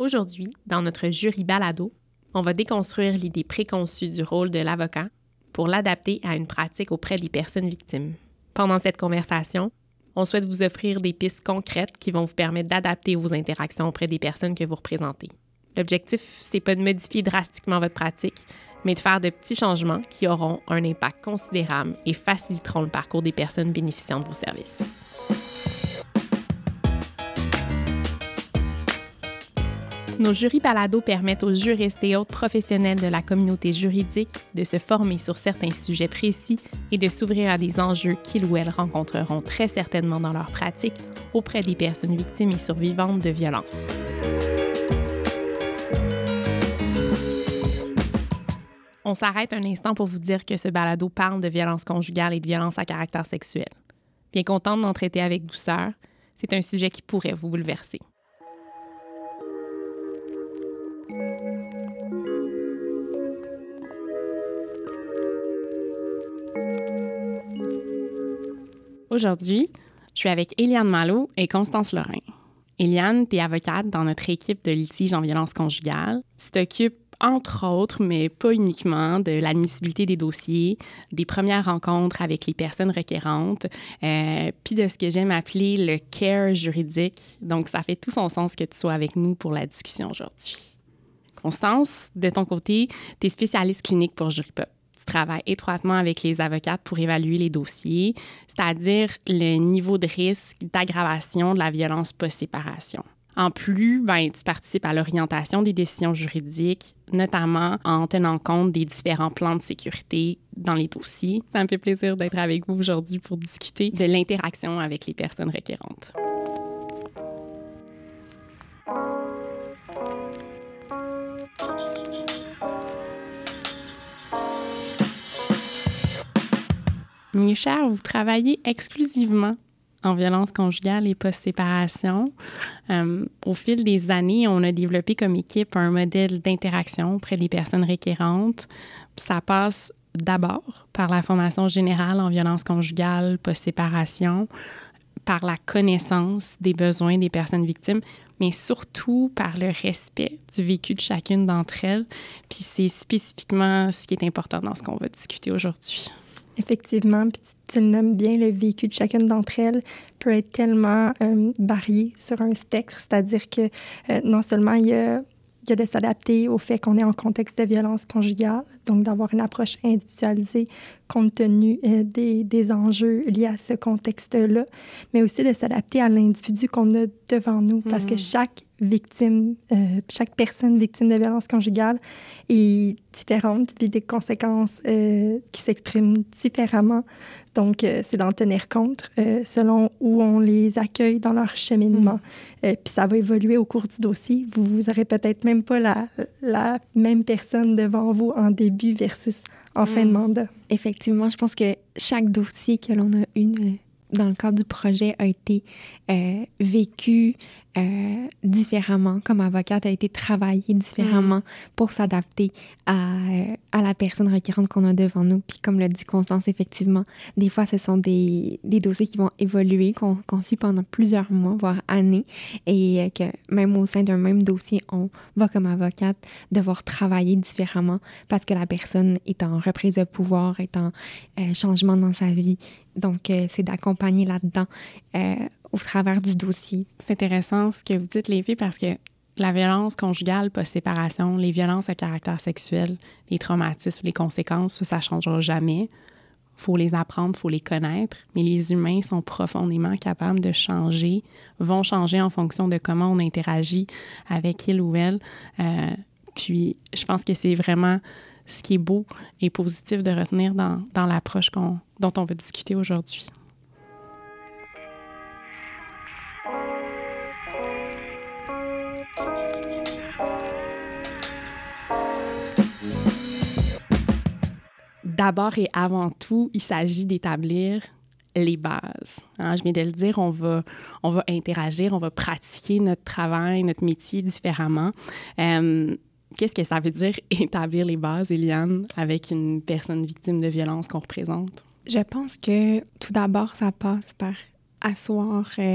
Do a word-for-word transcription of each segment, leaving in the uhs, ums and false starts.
Aujourd'hui, dans notre jury balado, on va déconstruire l'idée préconçue du rôle de l'avocat pour l'adapter à une pratique auprès des personnes victimes. Pendant cette conversation, on souhaite vous offrir des pistes concrètes qui vont vous permettre d'adapter vos interactions auprès des personnes que vous représentez. L'objectif, c'est pas de modifier drastiquement votre pratique, mais de faire de petits changements qui auront un impact considérable et faciliteront le parcours des personnes bénéficiant de vos services. Nos jurys balado permettent aux juristes et autres professionnels de la communauté juridique de se former sur certains sujets précis et de s'ouvrir à des enjeux qu'ils ou elles rencontreront très certainement dans leur pratique auprès des personnes victimes et survivantes de violences. On s'arrête un instant pour vous dire que ce balado parle de violence conjugale et de violence à caractère sexuel. Bien contente d'en traiter avec douceur, c'est un sujet qui pourrait vous bouleverser. Aujourd'hui, je suis avec Éliane Malo et Constance Lorrain. Éliane, tu es avocate dans notre équipe de litige en violence conjugale. Tu t'occupes, entre autres, mais pas uniquement, de l'admissibilité des dossiers, des premières rencontres avec les personnes requérantes, euh, puis de ce que j'aime appeler le care juridique. Donc, ça fait tout son sens que tu sois avec nous pour la discussion aujourd'hui. Constance, de ton côté, tu es spécialiste clinique pour JuryPop. Tu travailles étroitement avec les avocates pour évaluer les dossiers, c'est-à-dire le niveau de risque d'aggravation de la violence post-séparation. En plus, ben, tu participes à l'orientation des décisions juridiques, notamment en tenant compte des différents plans de sécurité dans les dossiers. Ça me fait plaisir d'être avec vous aujourd'hui pour discuter de l'interaction avec les personnes requérantes. Mes chers, vous travaillez exclusivement en violence conjugale et post-séparation. Euh, au fil des années, on a développé comme équipe un modèle d'interaction auprès des personnes requérantes. Ça passe d'abord par la formation générale en violence conjugale, post-séparation, par la connaissance des besoins des personnes victimes, mais surtout par le respect du vécu de chacune d'entre elles. Puis c'est spécifiquement ce qui est important dans ce qu'on va discuter aujourd'hui. Effectivement, puis tu, tu le nommes bien, le vécu de chacune d'entre elles peut être tellement euh, varié sur un spectre, c'est-à-dire que euh, non seulement il y a, il y a de s'adapter au fait qu'on est en contexte de violence conjugale, donc d'avoir une approche individualisée compte tenu euh, des, des enjeux liés à ce contexte-là, mais aussi de s'adapter à l'individu qu'on a devant nous, parce mmh. que chaque victime, euh, chaque personne victime de violence conjugale est différente, vit des conséquences euh, qui s'expriment différemment. Donc, euh, c'est d'en tenir compte euh, selon où on les accueille dans leur cheminement. Mmh. Euh, puis ça va évoluer au cours du dossier. Vous, vous aurez peut-être même pas la, la même personne devant vous en début versus en mmh. fin de mandat. Effectivement, je pense que chaque dossier que l'on a eu dans le cadre du projet a été euh, vécu Euh, différemment, comme avocate, a été travaillée différemment mmh. pour s'adapter à, euh, à la personne requérante qu'on a devant nous. Puis comme l'a dit Constance, effectivement, des fois, ce sont des, des dossiers qui vont évoluer, qu'on, qu'on suit pendant plusieurs mois, voire années, et euh, que même au sein d'un même dossier, on va comme avocate devoir travailler différemment parce que la personne est en reprise de pouvoir, est en euh, changement dans sa vie. Donc, euh, c'est d'accompagner là-dedans euh, au travers du dossier. C'est intéressant ce que vous dites, les filles, parce que la violence conjugale post-séparation, les violences à caractère sexuel, les traumatismes, les conséquences, ça, ça ne changera jamais. Il faut les apprendre, il faut les connaître. Mais les humains sont profondément capables de changer, vont changer en fonction de comment on interagit avec il ou elle. Euh, puis, je pense que c'est vraiment ce qui est beau et positif de retenir dans, dans l'approche qu'on, dont on va discuter aujourd'hui. D'abord et avant tout, il s'agit d'établir les bases. Hein, je viens de le dire, on va, on va interagir, on va pratiquer notre travail, notre métier différemment. Euh, qu'est-ce que ça veut dire établir les bases, Éliane, avec une personne victime de violence qu'on représente? Je pense que tout d'abord, ça passe par asseoir euh,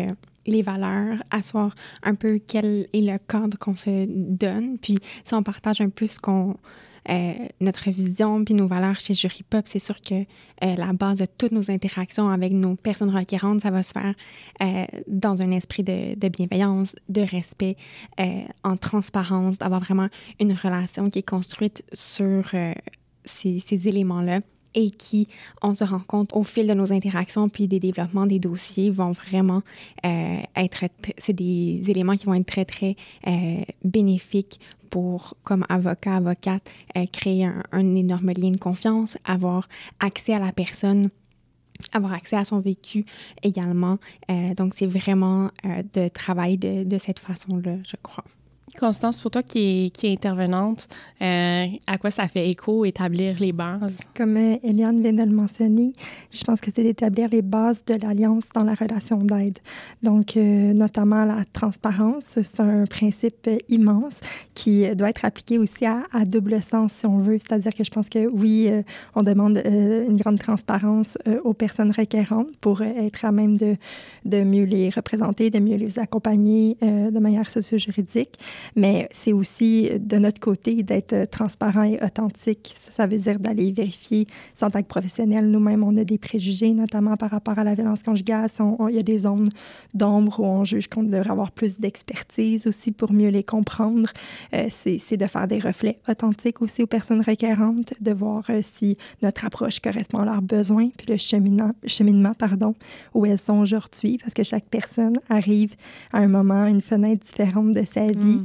les valeurs, asseoir un peu quel est le cadre qu'on se donne. Puis si on partage un peu ce qu'on, euh, notre vision puis nos valeurs chez Jury Pop, c'est sûr que euh, la base de toutes nos interactions avec nos personnes requérantes, ça va se faire euh, dans un esprit de, de bienveillance, de respect, euh, en transparence, d'avoir vraiment une relation qui est construite sur euh, ces, ces éléments-là. Et qui, on se rend compte au fil de nos interactions puis des développements des dossiers, vont vraiment euh, être... C'est des éléments qui vont être très, très euh, bénéfiques pour, comme avocat, avocate, euh, créer un, un énorme lien de confiance, avoir accès à la personne, avoir accès à son vécu également. Euh, donc, c'est vraiment euh, de travailler de, de cette façon-là, je crois. Constance, pour toi qui est, qui est intervenante, euh, à quoi ça fait écho établir les bases? Comme euh, Eliane vient de le mentionner, je pense que c'est d'établir les bases de l'alliance dans la relation d'aide. Donc, euh, notamment la transparence, c'est un principe euh, immense qui euh, doit être appliqué aussi à, à double sens, si on veut. C'est-à-dire que je pense que oui, euh, on demande euh, une grande transparence euh, aux personnes requérantes pour euh, être à même de, de mieux les représenter, de mieux les accompagner euh, de manière socio-juridique. Mais c'est aussi, de notre côté, d'être transparent et authentique. Ça, ça veut dire d'aller vérifier. Si en tant que professionnel, nous-mêmes, on a des préjugés, notamment par rapport à la violence conjugale. Il y a des zones d'ombre où on juge qu'on devrait avoir plus d'expertise aussi pour mieux les comprendre. Euh, c'est, c'est de faire des reflets authentiques aussi aux personnes requérantes, de voir euh, si notre approche correspond à leurs besoins, puis le cheminement, cheminement pardon, où elles sont aujourd'hui, parce que chaque personne arrive à un moment, une fenêtre différente de sa vie. Mmh.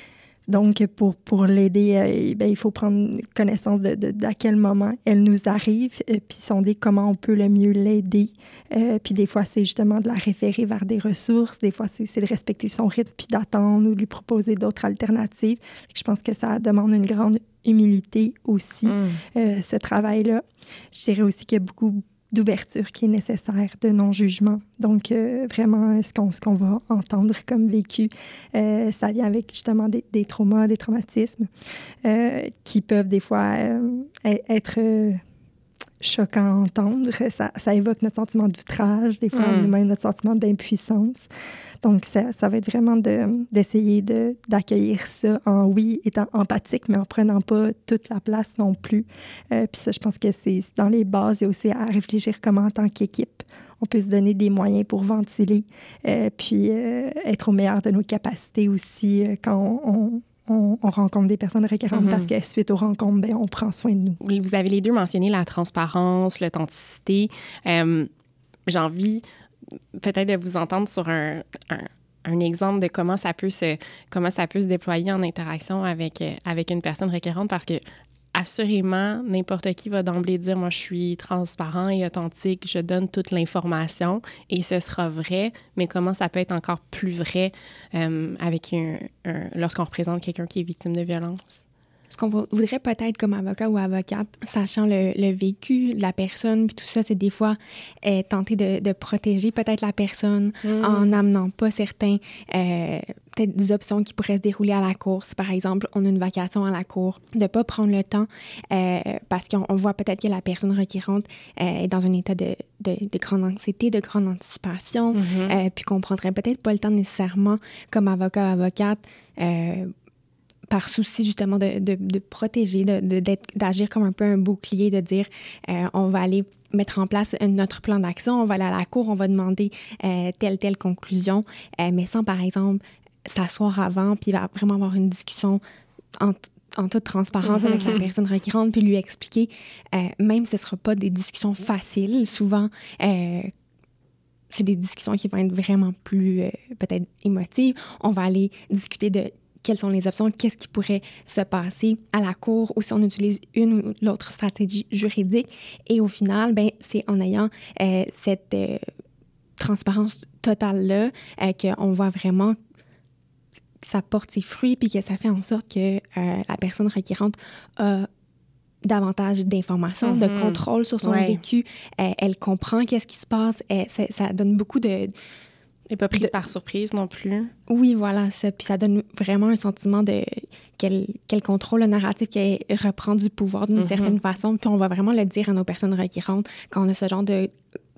Donc, pour, pour l'aider, euh, ben, il faut prendre connaissance de, de, d'à quel moment elle nous arrive, euh, puis sonder comment on peut le mieux l'aider. Euh, puis des fois, c'est justement de la référer vers des ressources. Des fois, c'est, c'est de respecter son rythme, puis d'attendre ou lui proposer d'autres alternatives. Je pense que ça demande une grande humilité aussi, mm. euh, ce travail-là. Je dirais aussi qu'il y a beaucoup d'ouverture qui est nécessaire, de non-jugement. Donc, euh, vraiment, ce qu'on, ce qu'on va entendre comme vécu, euh, ça vient avec justement des, des traumas, des traumatismes euh, qui peuvent des fois euh, être euh, choquants à entendre. Ça, ça évoque notre sentiment d'outrage, des fois, mm. nous-mêmes, notre sentiment d'impuissance. Donc, ça, ça va être vraiment de, d'essayer de, d'accueillir ça en, oui, étant empathique, mais en prenant pas toute la place non plus. Euh, puis ça, je pense que c'est dans les bases. Il y a aussi à réfléchir comment, en tant qu'équipe, on peut se donner des moyens pour ventiler, euh, puis euh, être au meilleur de nos capacités aussi euh, quand on, on, on rencontre des personnes requérantes, mm-hmm. parce que suite aux rencontres, bien, on prend soin de nous. Vous avez les deux mentionné la transparence, l'authenticité. Euh, j'ai envie peut-être de vous entendre sur un, un, un exemple de comment ça peut se, comment ça peut se déployer en interaction avec, avec une personne requérante, parce que assurément, n'importe qui va d'emblée dire « Moi, je suis transparent et authentique, je donne toute l'information et ce sera vrai », mais comment ça peut être encore plus vrai euh, avec un, un, lorsqu'on représente quelqu'un qui est victime de violence? Ce qu'on voudrait peut-être comme avocat ou avocate, sachant le, le vécu de la personne, puis tout ça, c'est des fois euh, tenter de, de protéger peut-être la personne mmh. en n'amenant pas certains, euh, peut-être des options qui pourraient se dérouler à la cour. Si, par exemple, on a une vacation à la cour, de ne pas prendre le temps euh, parce qu'on on voit peut-être que la personne requérante euh, est dans un état de, de, de grande anxiété, de grande anticipation, mmh. euh, puis qu'on ne prendrait peut-être pas le temps nécessairement comme avocat ou avocate euh, par souci justement de, de, de protéger, de, de, d'être, d'agir comme un peu un bouclier, de dire euh, on va aller mettre en place notre plan d'action, on va aller à la cour, on va demander euh, telle, telle conclusion, euh, mais sans par exemple s'asseoir avant puis vraiment avoir une discussion en, en toute transparence mm-hmm. avec la personne requérante puis lui expliquer, euh, même si ce ne sera pas des discussions faciles, souvent euh, c'est des discussions qui vont être vraiment plus euh, peut-être émotives, on va aller discuter de quelles sont les options, qu'est-ce qui pourrait se passer à la cour ou si on utilise une ou l'autre stratégie juridique. Et au final, ben, c'est en ayant euh, cette euh, transparence totale-là euh, qu'on voit vraiment que ça porte ses fruits puis que ça fait en sorte que euh, la personne requérante a davantage d'informations, mm-hmm. de contrôle sur son ouais. vécu. Euh, elle comprend qu'est-ce qui se passe. Euh, ça, ça donne beaucoup de... Et pas prise de... par surprise non plus. Oui, voilà, ça. Puis ça donne vraiment un sentiment de qu'elle, qu'elle contrôle le narratif, qu'elle reprend du pouvoir d'une mm-hmm. certaine façon. Puis on va vraiment le dire à nos personnes requérantes quand on a ce genre de,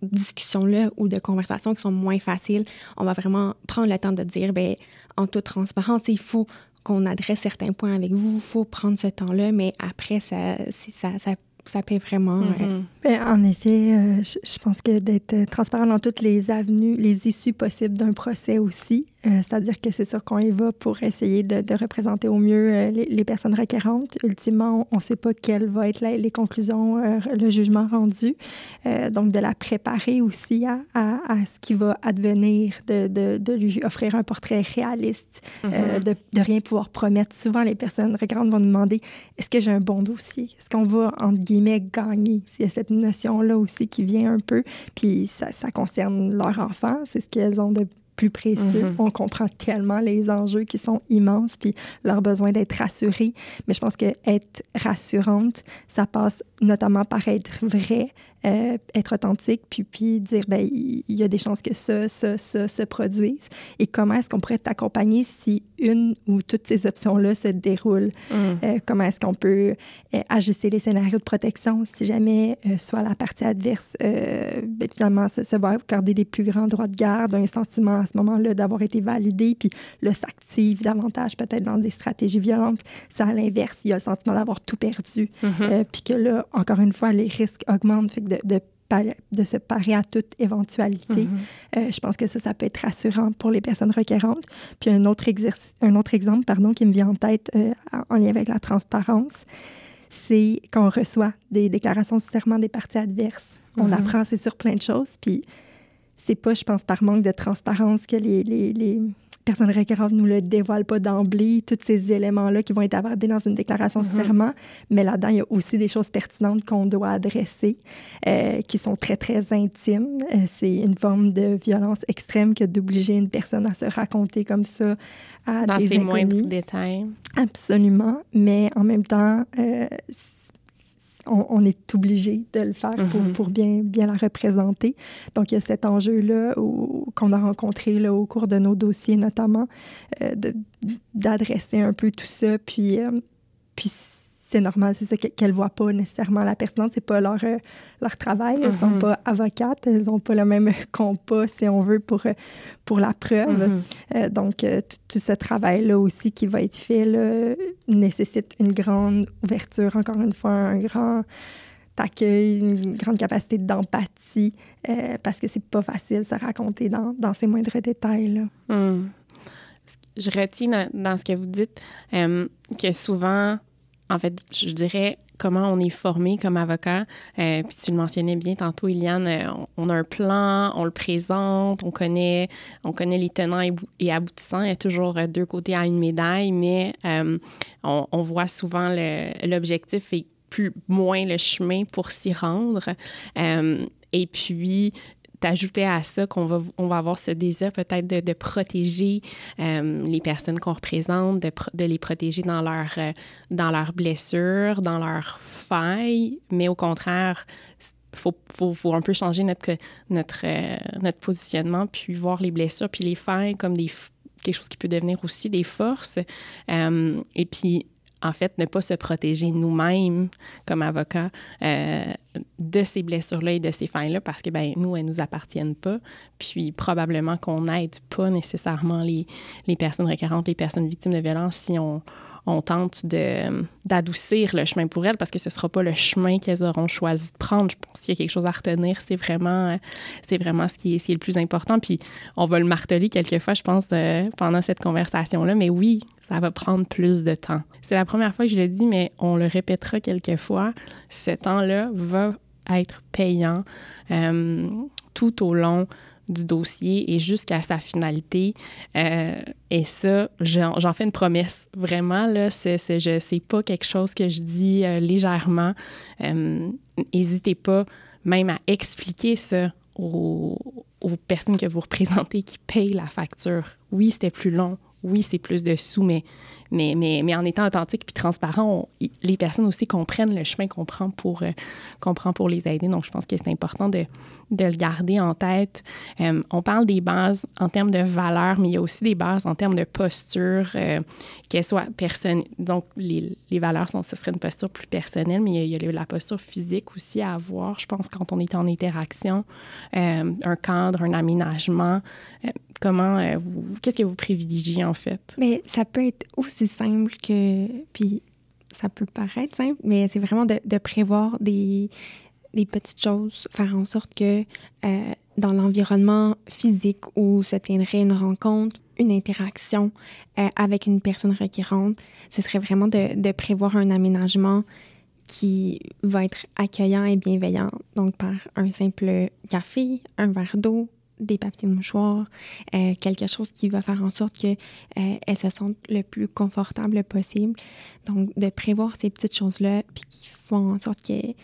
discussions-là ou de conversations qui sont moins faciles, on va vraiment prendre le temps de dire, bien, en toute transparence, il faut qu'on adresse certains points avec vous, il faut prendre ce temps-là, mais après, ça, ça, ça, ça paie vraiment. Mm-hmm. euh... Bien, en effet, euh, je, je pense que d'être transparent dans toutes les avenues, les issues possibles d'un procès aussi, euh, c'est-à-dire que c'est sûr qu'on y va pour essayer de, de représenter au mieux euh, les, les personnes requérantes. Ultimement, on ne sait pas quelles vont être la, les conclusions, euh, le jugement rendu. Euh, donc, de la préparer aussi à, à, à ce qui va advenir, de, de, de lui offrir un portrait réaliste, mm-hmm. euh, de ne rien pouvoir promettre. Souvent, les personnes requérantes vont nous demander, est-ce que j'ai un bon dossier? Est-ce qu'on va, entre guillemets, gagner? Il y a cette notion-là aussi qui vient un peu, puis ça, ça concerne leur enfant, c'est ce qu'elles ont de plus précieux. Mm-hmm. On comprend tellement les enjeux qui sont immenses, puis leur besoin d'être rassurés. Mais je pense qu'être rassurante, ça passe notamment par être vrai, euh, être authentique, puis, puis dire, bien, il y a des chances que ça, ça, ça se produise. Et comment est-ce qu'on pourrait t'accompagner si une ou toutes ces options-là se déroulent? Mm. Euh, comment est-ce qu'on peut euh, ajuster les scénarios de protection si jamais euh, soit la partie adverse, euh, ben, finalement, se, se va accorder des plus grands droits de garde, un sentiment à ce moment-là d'avoir été validé, puis là, s'active davantage peut-être dans des stratégies violentes. C'est à l'inverse, il y a le sentiment d'avoir tout perdu, mm-hmm. euh, puis que là, encore une fois, les risques augmentent, fait que de, de, de se parer à toute éventualité. Mm-hmm. Euh, je pense que ça, ça peut être rassurant pour les personnes requérantes. Puis un autre, exercice, un autre exemple pardon, qui me vient en tête euh, en lien avec la transparence, c'est qu'on reçoit des déclarations de serment des parties adverses. Mm-hmm. On apprend assez sur plein de choses, puis c'est pas, je pense, par manque de transparence que les, les, les personnes requérantes ne nous le dévoilent pas d'emblée, tous ces éléments-là qui vont être abordés dans une déclaration mm-hmm. de serment. Mais là-dedans, il y a aussi des choses pertinentes qu'on doit adresser, euh, qui sont très, très intimes. Euh, c'est une forme de violence extrême que d'obliger une personne à se raconter comme ça à dans des ses inconnus. moindres détails. Absolument. Mais en même temps, euh, On, on est obligé de le faire pour, mm-hmm. pour bien, bien la représenter. Donc, il y a cet enjeu-là où, qu'on a rencontré là, au cours de nos dossiers, notamment, euh, de, d'adresser un peu tout ça. Puis, euh, puis c'est normal, c'est ça qu'elles ne voient pas nécessairement la pertinence. C'est pas leur, euh, leur travail. Elles ne mm-hmm. sont pas avocates. Elles n'ont pas le même compas, si on veut, pour, pour la preuve. Mm-hmm. Euh, donc, euh, tout, tout ce travail-là aussi qui va être fait là, nécessite une grande ouverture, encore une fois, un grand accueil, une grande capacité d'empathie, euh, parce que c'est pas facile de se raconter dans, dans ces moindres détails-là. Mm. Je retiens dans, dans ce que vous dites euh, que souvent, en fait, je dirais comment on est formé comme avocat. Euh, puis tu le mentionnais bien tantôt, Éliane, euh, on, on a un plan, on le présente, on connaît, on connaît les tenants et, bou- et aboutissants. Il y a toujours euh, deux côtés à une médaille, mais euh, on, on voit souvent le, l'objectif et plus moins le chemin pour s'y rendre. Euh, et puis, t'ajouter à ça qu'on va, on va avoir ce désir peut-être de, de protéger euh, les personnes qu'on représente, de, de les protéger dans leur, euh, dans leurs blessures, dans leurs failles, mais au contraire, il faut, faut, faut un peu changer notre, notre, euh, notre positionnement, puis voir les blessures, puis les failles comme des, quelque chose qui peut devenir aussi des forces. Euh, et puis, en fait, ne pas se protéger nous-mêmes comme avocats euh, de ces blessures-là et de ces failles-là parce que, ben nous, elles ne nous appartiennent pas. Puis, probablement qu'on n'aide pas nécessairement les, les personnes requérantes, les personnes victimes de violences si on, on tente de, d'adoucir le chemin pour elles parce que ce ne sera pas le chemin qu'elles auront choisi de prendre. Je pense qu'il y a quelque chose à retenir. C'est vraiment, c'est vraiment ce qui est, ce qui est le plus important. Puis, on va le marteler quelquefois, je pense, euh, pendant cette conversation-là. Mais oui, ça va prendre plus de temps. C'est la première fois que je le dis, mais on le répétera quelquefois. Ce temps-là va être payant euh, tout au long du dossier et jusqu'à sa finalité. Euh, et ça, j'en, j'en fais une promesse. Vraiment, là, c'est, c'est, je, c'est pas quelque chose que je dis euh, légèrement. Euh, n'hésitez pas même à expliquer ça aux, aux personnes que vous représentez qui payent la facture. Oui, c'était plus long. Oui, c'est plus de sous, mais, mais, mais, mais en étant authentique puis transparent, on, les personnes aussi comprennent le chemin qu'on prend pour, euh, qu'on prend pour les aider. Donc, je pense que c'est important de, de le garder en tête. Euh, on parle des bases en termes de valeurs, mais il y a aussi des bases en termes de posture, euh, qu'elles soient personnelles. Donc, les, les valeurs, sont, ce serait une posture plus personnelle, mais il y a, il y a la posture physique aussi à avoir, je pense, quand on est en interaction, euh, un cadre, un aménagement. Euh, comment euh, vous, qu'est-ce que vous privilégiez, en fait? Mais ça peut être aussi simple que... Puis ça peut paraître simple, mais c'est vraiment de, de prévoir des, des petites choses, faire en sorte que euh, dans l'environnement physique où se tiendrait une rencontre, une interaction euh, avec une personne requérante, ce serait vraiment de, de prévoir un aménagement qui va être accueillant et bienveillant. Donc, par un simple café, un verre d'eau, des papiers mouchoirs, euh, quelque chose qui va faire en sorte qu'elle euh, se sente le plus confortable possible. Donc, de prévoir ces petites choses-là, puis qui font en sorte qu'il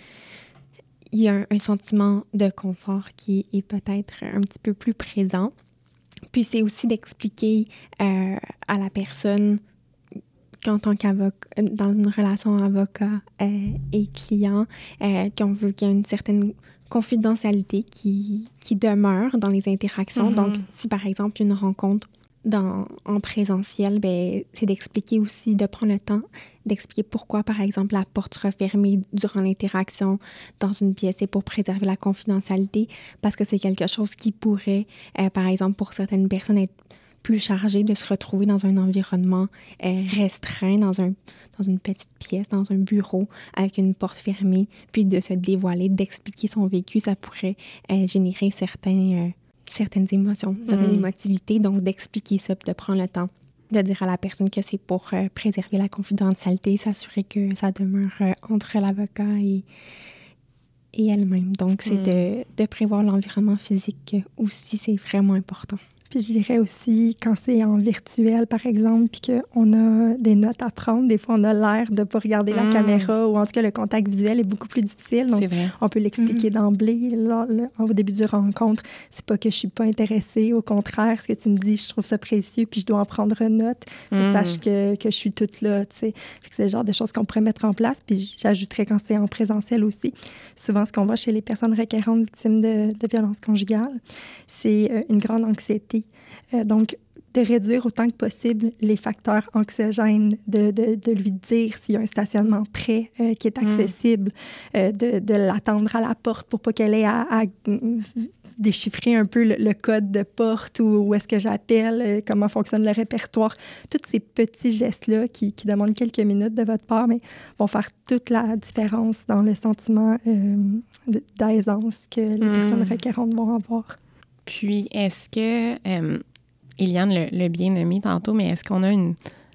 y a un, un sentiment de confort qui est peut-être un petit peu plus présent. Puis, c'est aussi d'expliquer euh, à la personne qu'en tant qu'avocat, dans une relation avocat euh, et client, euh, qu'on veut qu'il y ait une certaine confidentialité qui, qui demeure dans les interactions. Mm-hmm. Donc, si par exemple, une rencontre dans, en présentiel, ben, c'est d'expliquer aussi, de prendre le temps d'expliquer pourquoi, par exemple, la porte sera fermée durant l'interaction dans une pièce, et pour préserver la confidentialité, parce que c'est quelque chose qui pourrait, euh, par exemple, pour certaines personnes, être plus chargé de se retrouver dans un environnement euh, restreint, dans, un, dans une petite pièce, dans un bureau, avec une porte fermée, puis de se dévoiler, d'expliquer son vécu, ça pourrait euh, générer certains, euh, certaines émotions, certaines mmh. émotivités. Donc, d'expliquer ça, puis de prendre le temps de dire à la personne que c'est pour euh, préserver la confidentialité, s'assurer que ça demeure euh, entre l'avocat et, et elle-même. Donc, c'est mmh. de, de prévoir l'environnement physique aussi, c'est vraiment important. Puis je dirais aussi, quand c'est en virtuel, par exemple, puis qu'on a des notes à prendre, des fois, on a l'air de ne pas regarder la mmh. caméra, ou en tout cas, le contact visuel est beaucoup plus difficile. Donc, on peut l'expliquer mmh. d'emblée, là, là, au début du rencontre. C'est pas que je suis pas intéressée. Au contraire, ce que tu me dis, je trouve ça précieux, puis je dois en prendre note. Mmh. Sache que, que je suis toute là, tu sais. Fait que c'est le genre de choses qu'on pourrait mettre en place. Puis j'ajouterais quand c'est en présentiel aussi. Souvent, ce qu'on voit chez les personnes requérantes victimes de, de violences conjugales, c'est une grande anxiété. Euh, donc, de réduire autant que possible les facteurs anxiogènes, de, de, de lui dire s'il y a un stationnement prêt euh, qui est accessible, mmh. euh, de, de l'attendre à la porte pour pas qu'elle ait à, à déchiffrer un peu le, le code de porte, ou où est-ce que j'appelle, euh, comment fonctionne le répertoire. Tous ces petits gestes-là qui, qui demandent quelques minutes de votre part, mais vont faire toute la différence dans le sentiment euh, d'aisance que les mmh. personnes requérantes vont avoir. Puis, est-ce que, euh, Éliane l'a, l'a bien nommé tantôt, mais est-ce qu'on a une...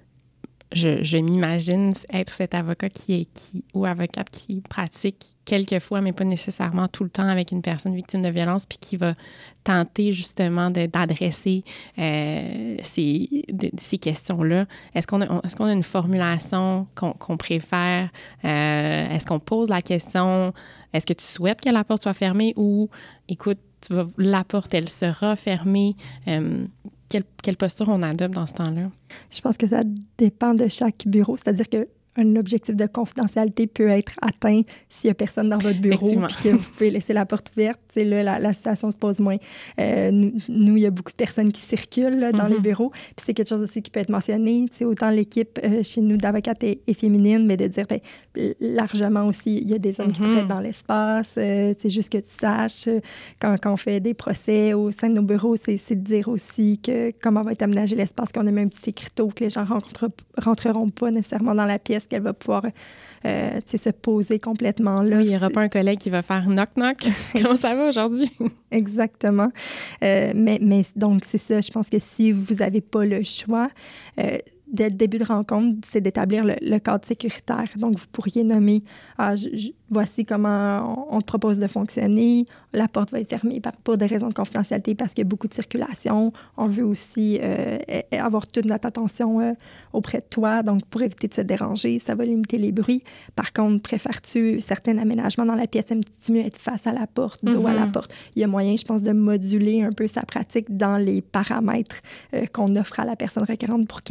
Je, je m'imagine être cet avocat qui est, qui, ou avocate qui pratique quelquefois, mais pas nécessairement tout le temps, avec une personne victime de violence, puis qui va tenter justement de, d'adresser euh, ces, de, ces questions-là. Est-ce qu'on a, est-ce qu'on a une formulation qu'on, qu'on préfère? Euh, est-ce qu'on pose la question? Est-ce que tu souhaites que la porte soit fermée, ou, écoute, tu vas, la porte, elle sera fermée? Euh, quelle, quelle posture on adopte dans ce temps-là? Je pense que ça dépend de chaque bureau. C'est-à-dire que un objectif de confidentialité peut être atteint s'il n'y a personne dans votre bureau puis que vous pouvez laisser la porte ouverte. C'est là, la, la situation se pose moins. Euh, nous, nous, il y a beaucoup de personnes qui circulent là, dans mm-hmm. les bureaux. Puis c'est quelque chose aussi qui peut être mentionné. Tu sais, autant l'équipe euh, chez nous d'avocates est, est féminine, mais de dire ben, largement aussi, il y a des hommes mm-hmm. qui pourraient être dans l'espace. Euh, c'est juste que tu saches, euh, quand, quand on fait des procès au sein de nos bureaux, c'est, c'est de dire aussi que comment va être aménagé l'espace, qu'on a même un petit écriteau, que les gens rentre, rentreront pas nécessairement dans la pièce, qu'elle va pouvoir euh, se poser complètement là. Oui, il n'y aura pas un collègue qui va faire knock-knock. Comment ça va aujourd'hui? Exactement. Euh, mais, mais donc, c'est ça. Je pense que si vous n'avez pas le choix, euh, dès le début de rencontre, c'est d'établir le, le cadre sécuritaire. Donc, vous pourriez nommer ah, je, je, voici comment on, on te propose de fonctionner. La porte va être fermée par, pour des raisons de confidentialité parce qu'il y a beaucoup de circulation. On veut aussi euh, avoir toute notre attention euh, auprès de toi. Donc, pour éviter de se déranger, ça va limiter les bruits. Par contre, préfères-tu certains aménagements dans la pièce? Aimes-tu mieux être face à la porte, dos mm-hmm. à la porte? Il y a moyen, je pense, de moduler un peu sa pratique dans les paramètres euh, qu'on offre à la personne requérante pour qu'elle ait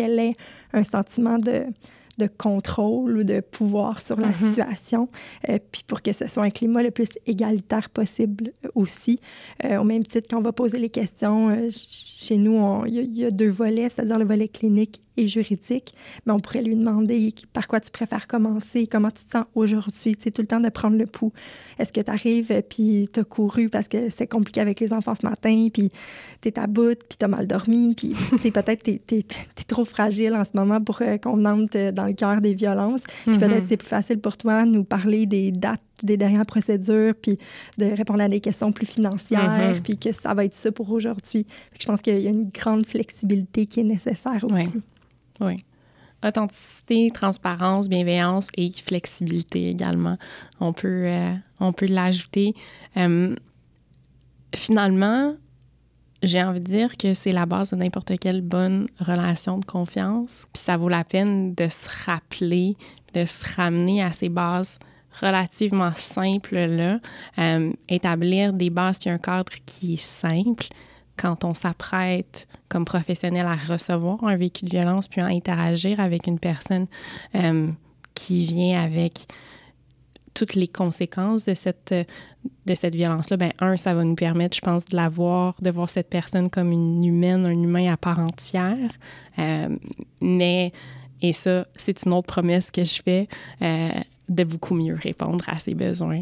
un sentiment de, de contrôle ou de pouvoir sur la mm-hmm. situation, euh, puis pour que ce soit un climat le plus égalitaire possible aussi. Euh, au même titre, quand on va poser les questions, euh, chez nous, il y, y a deux volets, c'est-à-dire le volet clinique et juridique, mais on pourrait lui demander par quoi tu préfères commencer, comment tu te sens aujourd'hui, tu sais, tout le temps de prendre le pouls. Est-ce que tu arrives puis tu as couru parce que c'est compliqué avec les enfants ce matin, puis tu es à bout, puis tu as mal dormi, puis tu sais, peut-être tu es trop fragile en ce moment pour euh, qu'on entre dans le cœur des violences, puis mm-hmm. peut-être c'est plus facile pour toi de nous parler des dates des dernières procédures, puis de répondre à des questions plus financières, mm-hmm. puis que ça va être ça pour aujourd'hui. Je pense qu'il y a une grande flexibilité qui est nécessaire aussi. Ouais. Oui. Authenticité, transparence, bienveillance et flexibilité également. On peut, euh, on peut l'ajouter. Euh, finalement, j'ai envie de dire que c'est la base de n'importe quelle bonne relation de confiance. Puis ça vaut la peine de se rappeler, de se ramener à ces bases relativement simples-là, euh, établir des bases puis un cadre qui est simple quand on s'apprête comme professionnel à recevoir un vécu de violence puis à interagir avec une personne euh, qui vient avec toutes les conséquences de cette, de cette violence-là. Bien, un, ça va nous permettre, je pense, de la voir, de voir cette personne comme une humaine, un humain à part entière. Euh, mais, et ça, c'est une autre promesse que je fais, euh, de beaucoup mieux répondre à ses besoins.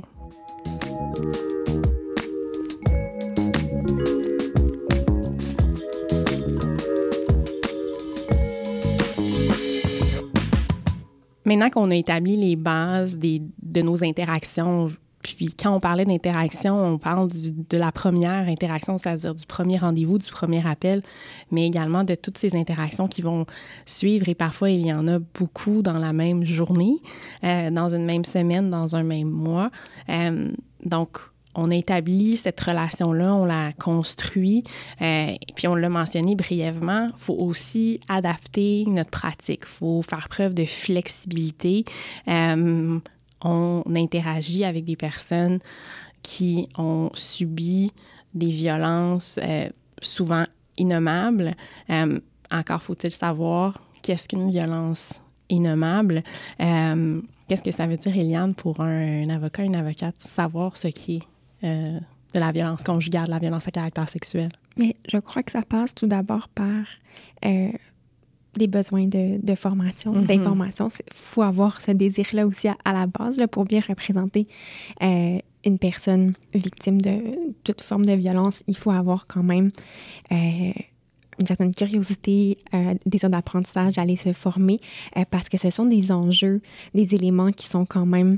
Maintenant qu'on a établi les bases des, de nos interactions, puis quand on parlait d'interaction, on parle du, de la première interaction, c'est-à-dire du premier rendez-vous, du premier appel, mais également de toutes ces interactions qui vont suivre. Et parfois, il y en a beaucoup dans la même journée, euh, dans une même semaine, dans un même mois. Euh, donc, on a établi cette relation-là, on l'a construit, euh, puis on l'a mentionné brièvement. Il faut aussi adapter notre pratique. Il faut faire preuve de flexibilité. Euh, on interagit avec des personnes qui ont subi des violences euh, souvent innommables. Euh, encore faut-il savoir qu'est-ce qu'une violence innommable. Euh, qu'est-ce que ça veut dire, Éliane, pour un, un avocat, une avocate, savoir ce qui est Euh, de la violence conjugale, de la violence à caractère sexuel? Mais je crois que ça passe tout d'abord par euh, des besoins de, de formation, mm-hmm. d'information. Il faut avoir ce désir-là aussi à, à la base là, pour bien représenter euh, une personne victime de toute forme de violence. Il faut avoir quand même euh, une certaine curiosité, euh, désir d'apprentissage, d'aller se former, euh, parce que ce sont des enjeux, des éléments qui sont quand même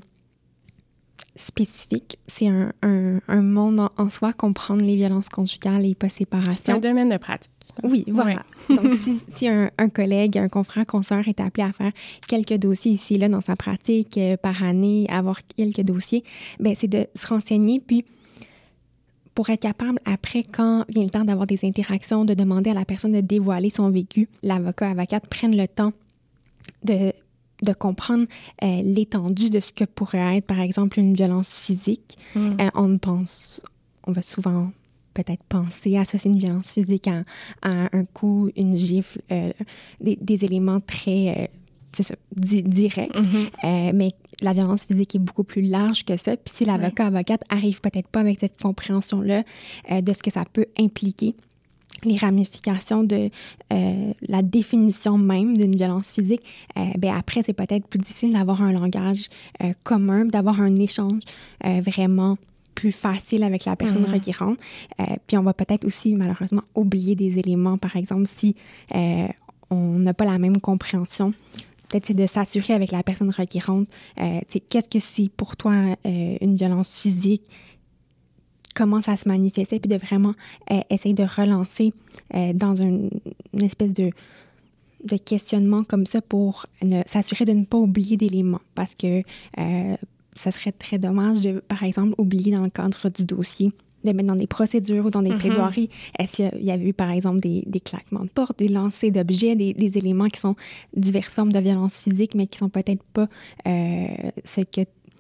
spécifique. C'est un, un, un monde en, en soi, comprendre les violences conjugales et pas séparation. C'est un domaine de pratique. Oui, voilà. Ouais. Donc, si, si un, un collègue, un confrère, consoeur est appelé à faire quelques dossiers ici et là dans sa pratique euh, par année, avoir quelques dossiers, bien, c'est de se renseigner, puis pour être capable, après, quand vient le temps d'avoir des interactions, de demander à la personne de dévoiler son vécu, l'avocat, avocate prennent le temps de de comprendre euh, l'étendue de ce que pourrait être, par exemple, une violence physique. Mm. Euh, on pense, on va souvent peut-être penser, associer une violence physique à, à un coup, une gifle, euh, des, des éléments très, euh, c'est ça, di- directs. Mm-hmm. Euh, mais la violence physique est beaucoup plus large que ça. Puis si l'avocat, ouais. avocate arrive peut-être pas avec cette compréhension-là euh, de ce que ça peut impliquer, les ramifications de euh, la définition même d'une violence physique, euh, ben après, c'est peut-être plus difficile d'avoir un langage euh, commun, d'avoir un échange euh, vraiment plus facile avec la personne mmh. requérante. Euh, puis on va peut-être aussi, malheureusement, oublier des éléments. Par exemple, si euh, on n'a pas la même compréhension, peut-être c'est de s'assurer avec la personne requérante, euh, qu'est-ce que c'est pour toi euh, une violence physique, comment ça se manifestait, puis de vraiment euh, essayer de relancer euh, dans une, une espèce de, de questionnement comme ça pour ne, s'assurer de ne pas oublier d'éléments. Parce que euh, ça serait très dommage de, par exemple, oublier dans le cadre du dossier, de mettre dans des procédures ou dans des mm-hmm. plaidoiries. Est-ce qu'il y avait eu, par exemple, des, des claquements de porte, des lancers d'objets, des, des éléments qui sont diverses formes de violence physique, mais qui sont peut-être pas euh, ce que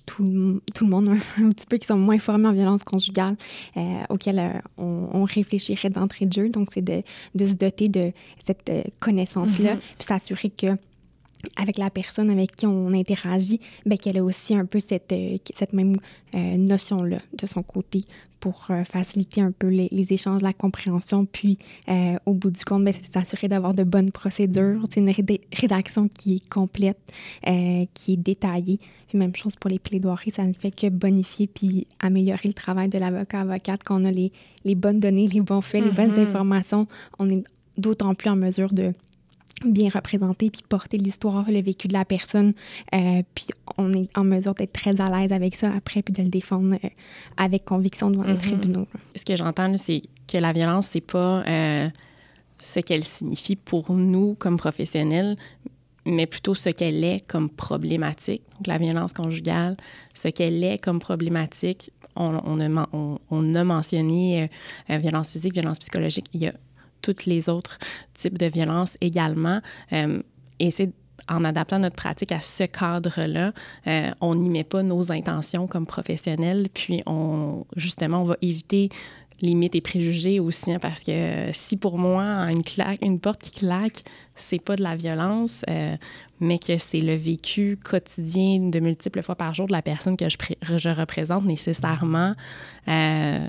tout, le- tout le monde, un, un petit peu, qui sont moins formés en violence conjugale, euh, auxquels euh, on, on réfléchirait d'entrée de jeu. Donc, c'est de, de se doter de cette euh, connaissance-là, Mm-hmm. puis s'assurer que avec la personne avec qui on interagit, bien, qu'elle ait aussi un peu cette, euh, cette même euh, notion-là de son côté pour euh, faciliter un peu les, les échanges, la compréhension. Puis, euh, au bout du compte, bien, c'est s'assurer d'avoir de bonnes procédures. C'est une réd- rédaction qui est complète, euh, qui est détaillée. Puis, même chose pour les plaidoiries, ça ne fait que bonifier puis améliorer le travail de l'avocat-avocate. Quand on a les, les bonnes données, les bons faits, les bonnes Mm-hmm. informations, on est d'autant plus en mesure de bien représenter puis porter l'histoire, le vécu de la personne. Euh, puis on est en mesure d'être très à l'aise avec ça après puis de le défendre euh, avec conviction devant Mm-hmm. les tribunaux. Là. Ce que j'entends, là, c'est que la violence, c'est pas euh, ce qu'elle signifie pour nous comme professionnels, mais plutôt ce qu'elle est comme problématique. Donc, la violence conjugale, ce qu'elle est comme problématique, on, on, a, on, on a mentionné euh, euh, violence physique, violence psychologique. Il y a tous les autres types de violences également. Euh, et c'est en adaptant notre pratique à ce cadre-là, euh, on n'y met pas nos intentions comme professionnels, puis on, justement, on va éviter les mythes et préjugés aussi, hein, parce que euh, si pour moi, une, claque, une porte qui claque, c'est pas de la violence, euh, mais que c'est le vécu quotidien de multiples fois par jour de la personne que je, pré- je représente nécessairement, euh,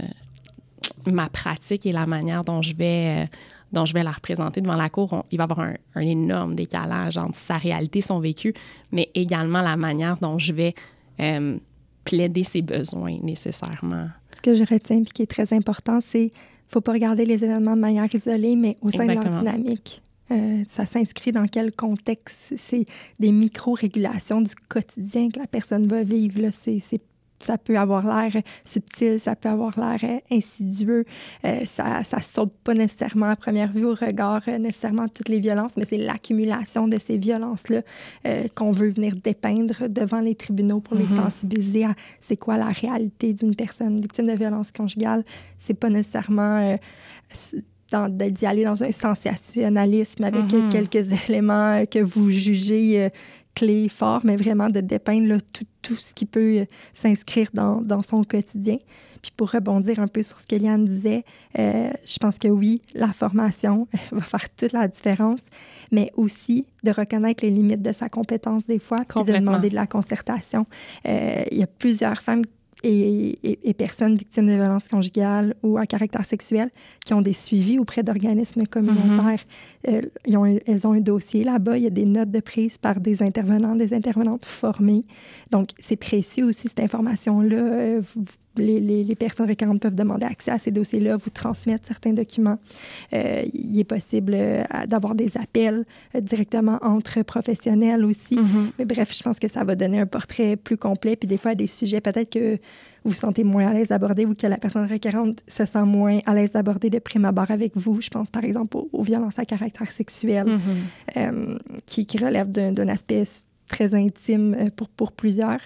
ma pratique et la manière dont je vais, euh, dont je vais la représenter devant la cour, on, il va y avoir un, un énorme décalage entre sa réalité, son vécu, mais également la manière dont je vais euh, plaider ses besoins nécessairement. Ce que je retiens et qui est très important, c'est qu'il ne faut pas regarder les événements de manière isolée, mais au sein Exactement. de leur dynamique. Euh, ça s'inscrit dans quel contexte? C'est des micro-régulations du quotidien que la personne va vivre. Là. C'est, c'est Ça peut avoir l'air subtil, ça peut avoir l'air insidieux. Euh, ça ne saute pas nécessairement à première vue au regard euh, nécessairement de toutes les violences, mais c'est l'accumulation de ces violences-là euh, qu'on veut venir dépeindre devant les tribunaux pour mm-hmm. les sensibiliser à c'est quoi la réalité d'une personne victime de violence conjugale. C'est pas nécessairement euh, dans, d'y aller dans un sensationnalisme avec mm-hmm. quelques éléments que vous jugez euh, clés forts, mais vraiment de dépeindre là, tout, tout ce qui peut euh, s'inscrire dans, dans son quotidien. Puis pour rebondir un peu sur ce qu'Éliane disait, euh, je pense que oui, la formation va faire toute la différence, mais aussi de reconnaître les limites de sa compétence des fois, puis de demander de la concertation. Euh, il y a plusieurs femmes Et, et, et personnes victimes de violences conjugales ou à caractère sexuel qui ont des suivis auprès d'organismes communautaires. Mm-hmm. Euh, ils ont, elles ont un dossier là-bas. Il y a des notes de prise par des intervenants, des intervenantes formées. Donc, c'est précieux aussi, cette information-là. Euh, vous, les, les, les personnes requérantes peuvent demander accès à ces dossiers-là, vous transmettre certains documents. Euh, il est possible euh, d'avoir des appels euh, directement entre professionnels aussi. Mm-hmm. Mais bref, je pense que ça va donner un portrait plus complet. Puis des fois, des sujets peut-être que vous vous sentez moins à l'aise d'aborder ou que la personne requérante se sent moins à l'aise d'aborder de prime abord avec vous. Je pense par exemple aux, aux violences à caractère sexuel mm-hmm. euh, qui, qui relèvent d'un, d'un aspect très intime pour, pour plusieurs.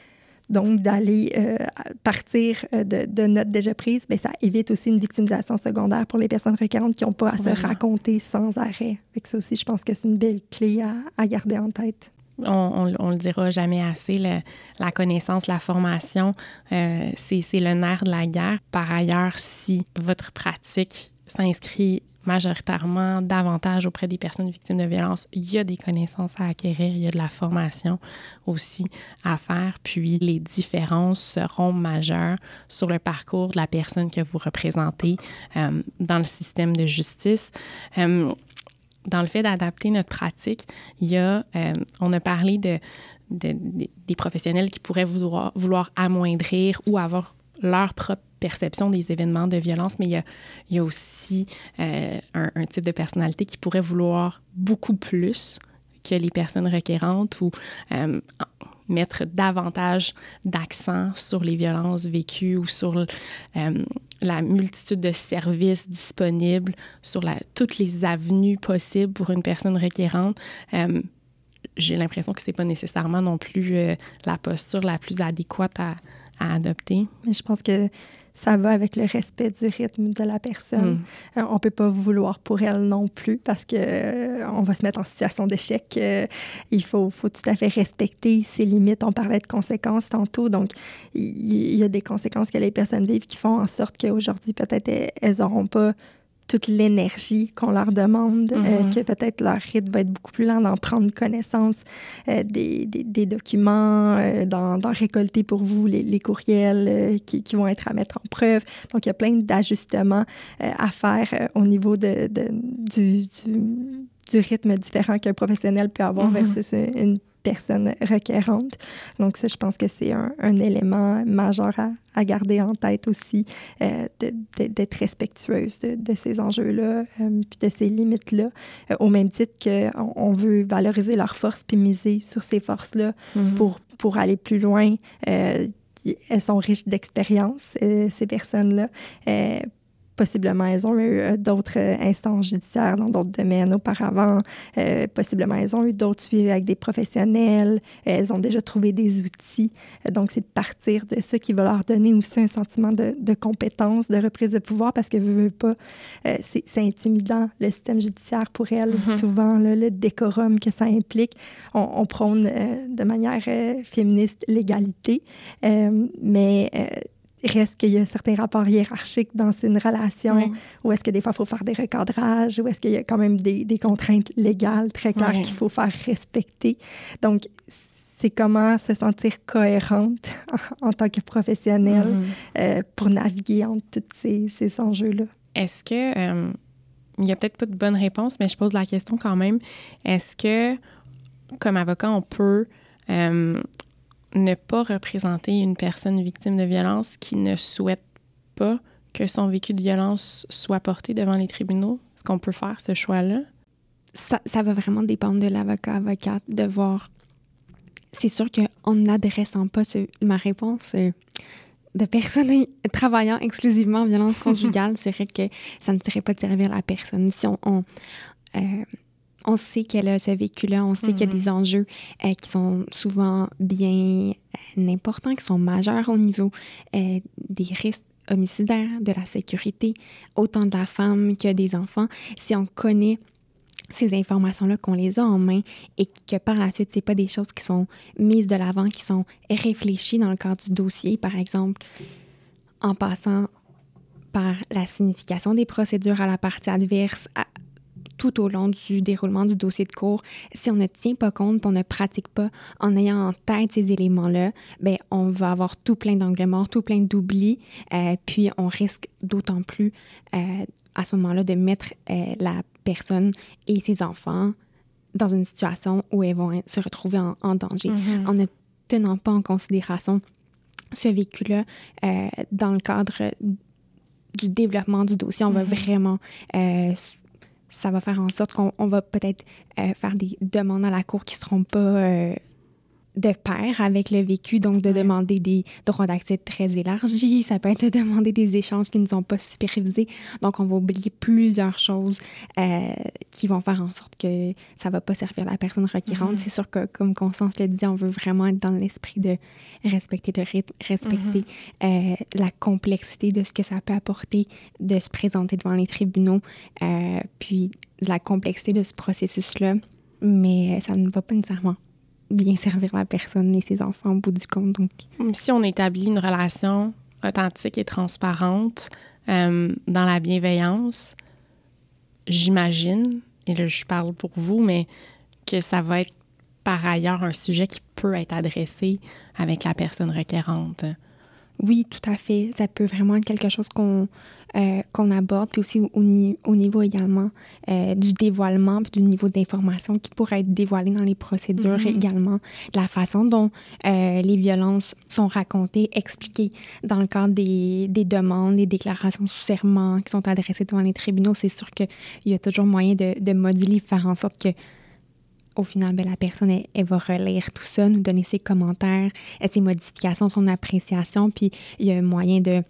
Donc, d'aller euh, partir de, de notes déjà prises, bien, ça évite aussi une victimisation secondaire pour les personnes requérantes qui n'ont pas à Vraiment. se raconter sans arrêt. Fait que ça aussi, je pense que c'est une belle clé à, à garder en tête. On, on, on le dira jamais assez, le, la connaissance, la formation, euh, c'est, c'est le nerf de la guerre. Par ailleurs, si votre pratique s'inscrit majoritairement davantage auprès des personnes victimes de violences, il y a des connaissances à acquérir, il y a de la formation aussi à faire, puis les différences seront majeures sur le parcours de la personne que vous représentez euh, dans le système de justice. Euh, dans le fait d'adapter notre pratique, il y a, euh, on a parlé de, de, de, des professionnels qui pourraient vouloir, vouloir amoindrir ou avoir leur propre perception des événements de violence, mais il y a, il y a aussi euh, un, un type de personnalité qui pourrait vouloir beaucoup plus que les personnes requérantes ou euh, mettre davantage d'accent sur les violences vécues ou sur euh, la multitude de services disponibles, sur la, toutes les avenues possibles pour une personne requérante. Euh, j'ai l'impression que c'est pas nécessairement non plus euh, la posture la plus adéquate à, à adopter. Mais je pense que ça va avec le respect du rythme de la personne. Mm. Euh, on peut pas vouloir pour elle non plus parce que euh, on va se mettre en situation d'échec. Euh, il faut, faut tout à fait respecter ses limites. On parlait de conséquences tantôt, donc il y, y a des conséquences que les personnes vivent qui font en sorte qu'aujourd'hui, peut-être, elles n'auront pas toute l'énergie qu'on leur demande, mm-hmm. euh, que peut-être leur rythme va être beaucoup plus lent d'en prendre connaissance euh, des, des, des documents, euh, d'en, d'en récolter pour vous les, les courriels euh, qui, qui vont être à mettre en preuve. Donc, il y a plein d'ajustements euh, à faire euh, au niveau de, de, du, du, du rythme différent qu'un professionnel peut avoir mm-hmm. versus une personne requérante. Donc, ça, je pense que c'est un, un élément majeur à, à garder en tête aussi, euh, de, de, d'être respectueuse de, de ces enjeux-là, euh, puis de ces limites-là, euh, au même titre qu'on on veut valoriser leurs forces puis miser sur ces forces-là mm-hmm. pour, pour aller plus loin. Euh, elles sont riches d'expérience, euh, ces personnes-là. Euh, Possiblement, elles ont eu d'autres instances judiciaires dans d'autres domaines auparavant. Euh, possiblement, elles ont eu d'autres suivis avec des professionnels. Elles ont déjà trouvé des outils. Donc, c'est de partir de ça qui va leur donner aussi un sentiment de, de compétence, de reprise de pouvoir, parce que, veux, veux pas, euh, c'est, c'est intimidant, le système judiciaire pour elles, mm-hmm. souvent, là, le décorum que ça implique. On, on prône euh, de manière euh, féministe l'égalité, euh, mais... Euh, reste qu'il y a certains rapports hiérarchiques dans une relation, oui. où est-ce que des fois, il faut faire des recadrages, où est-ce qu'il y a quand même des, des contraintes légales très claires oui. qu'il faut faire respecter. Donc, c'est comment se sentir cohérente en, en tant que professionnelle mm-hmm. euh, pour naviguer entre tous ces, ces enjeux-là. Est-ce que... Euh, il n'y a peut-être pas de bonne réponse, mais je pose la question quand même. Est-ce que, comme avocat, on peut... Euh, ne pas représenter une personne victime de violence qui ne souhaite pas que son vécu de violence soit porté devant les tribunaux? Est-ce qu'on peut faire ce choix-là? Ça, ça va vraiment dépendre de l'avocat-avocate, de voir. C'est sûr qu'en n'adressant pas ce, ma réponse euh, de personnes travaillant exclusivement en violence conjugale, c'est vrai que ça ne serait pas de servir la personne. Si on... on euh, On sait qu'elle a ce vécu-là, on sait mm-hmm. qu'il y a des enjeux euh, qui sont souvent bien euh, importants, qui sont majeurs au niveau euh, des risques homicidaires, de la sécurité, autant de la femme que des enfants. Si on connaît ces informations-là, qu'on les a en main et que par la suite, c'est pas des choses qui sont mises de l'avant, qui sont réfléchies dans le cadre du dossier, par exemple, en passant par la signification des procédures à la partie adverse, à, tout au long du déroulement du dossier de cour, si on ne tient pas compte, on ne pratique pas en ayant en tête ces éléments-là, bien, on va avoir tout plein d'angles morts, tout plein d'oublis, euh, puis on risque d'autant plus euh, à ce moment-là de mettre euh, la personne et ses enfants dans une situation où elles vont se retrouver en, en danger. Mm-hmm. En ne tenant pas en considération ce vécu-là euh, dans le cadre du développement du dossier, on mm-hmm. va vraiment... Euh, ça va faire en sorte qu'on on va peut-être euh, faire des demandes à la cour qui ne seront pas euh, de pair avec le vécu, donc de ouais. demander des droits d'accès très élargis. Ça peut être de demander des échanges qui ne sont pas supervisés. Donc, on va oublier plusieurs choses euh, qui vont faire en sorte que ça ne va pas servir la personne requérante. Mm-hmm. C'est sûr que, comme Constance le dit, on veut vraiment être dans l'esprit de respecter le rythme, respecter mm-hmm. euh, la complexité de ce que ça peut apporter de se présenter devant les tribunaux, euh, puis la complexité de ce processus-là. Mais ça ne va pas nécessairement bien servir la personne et ses enfants au bout du compte. Donc. Si on établit une relation authentique et transparente euh, dans la bienveillance, j'imagine, et là je parle pour vous, mais que ça va être par ailleurs un sujet qui peut être adressé avec la personne requérante. Oui, tout à fait. Ça peut vraiment être quelque chose qu'on, euh, qu'on aborde, puis aussi au, au, au niveau également euh, du dévoilement, puis du niveau d'information qui pourrait être dévoilé dans les procédures mm-hmm. également. La façon dont euh, les violences sont racontées, expliquées dans le cadre des, des demandes, des déclarations sous serment qui sont adressées devant les tribunaux, c'est sûr qu'il y a toujours moyen de, de moduler, faire en sorte que au final, bien, la personne, elle, elle va relire tout ça, nous donner ses commentaires, ses modifications, son appréciation, puis il y a un moyen de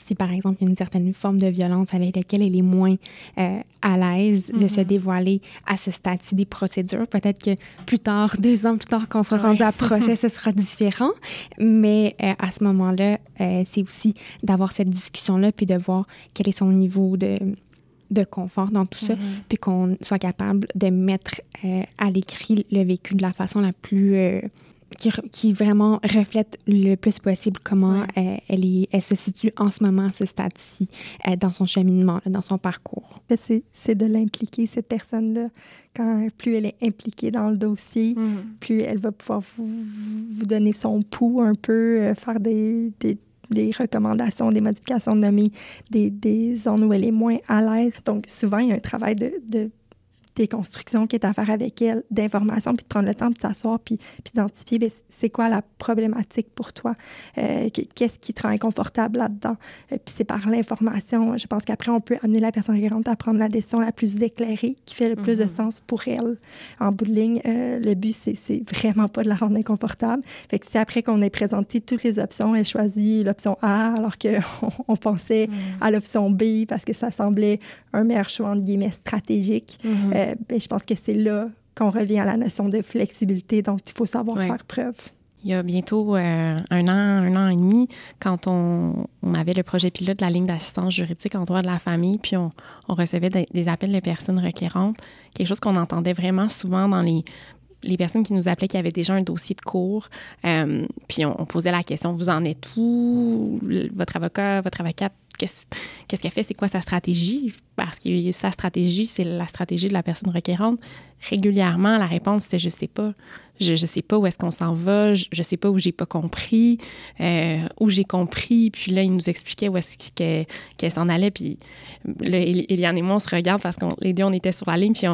si, par exemple, il y a une certaine forme de violence avec laquelle elle est moins euh, à l'aise mm-hmm. de se dévoiler à ce stade-ci des procédures. Peut-être que plus tard, deux ans plus tard, qu'on sera ouais. rendu à procès, ce sera différent. Mais euh, à ce moment-là, euh, c'est aussi d'avoir cette discussion-là puis de voir quel est son niveau de... de confort dans tout ça, mm-hmm. puis qu'on soit capable de mettre euh, à l'écrit le vécu de la façon la plus... Euh, qui, qui vraiment reflète le plus possible comment ouais. euh, elle, est, elle se situe en ce moment à ce stade-ci euh, dans son cheminement, dans son parcours. C'est, c'est de l'impliquer, cette personne-là. Quand, plus elle est impliquée dans le dossier, mm-hmm. plus elle va pouvoir vous, vous donner son pouls un peu, euh, faire des... des des recommandations, des modifications, nommer des, des zones où elle est moins à l'aise. Donc, souvent, il y a un travail de, de déconstruction qui est à faire avec elle, d'information, puis de prendre le temps de s'asseoir, puis, puis d'identifier bien, c'est quoi la problématique pour toi, euh, qu'est-ce qui te rend inconfortable là-dedans. Euh, puis c'est par l'information, je pense qu'après, on peut amener la personne requérante à prendre la décision la plus éclairée, qui fait le mm-hmm. plus de sens pour elle. En bout de ligne, euh, le but, c'est, c'est vraiment pas de la rendre inconfortable. Fait que si après qu'on ait présenté toutes les options, elle choisit l'option A, alors qu'on on pensait mm-hmm. à l'option B, parce que ça semblait un meilleur choix, entre guillemets, stratégique, mm-hmm. euh, ben, je pense que c'est là qu'on revient à la notion de flexibilité dont il faut savoir ouais. faire preuve. Il y a bientôt euh, un an, un an et demi, quand on, on avait le projet pilote de la ligne d'assistance juridique en droit de la famille, puis on, on recevait des, des appels de personnes requérantes, quelque chose qu'on entendait vraiment souvent dans les, les personnes qui nous appelaient qui avaient déjà un dossier de cours. Euh, puis on, on posait la question, vous en êtes où? Votre avocat, votre avocate, Qu'est-ce, qu'est-ce qu'elle fait? C'est quoi sa stratégie? Parce que sa stratégie, c'est la stratégie de la personne requérante. Régulièrement, la réponse, c'était « je sais pas ». Je ne sais pas où est-ce qu'on s'en va, je ne sais pas où j'ai pas compris, euh, où j'ai compris. Puis là, il nous expliquait où est-ce qu'elle, qu'elle s'en allait. Puis là, Éliane et moi, on se regarde parce que les deux, on était sur la ligne. Puis on,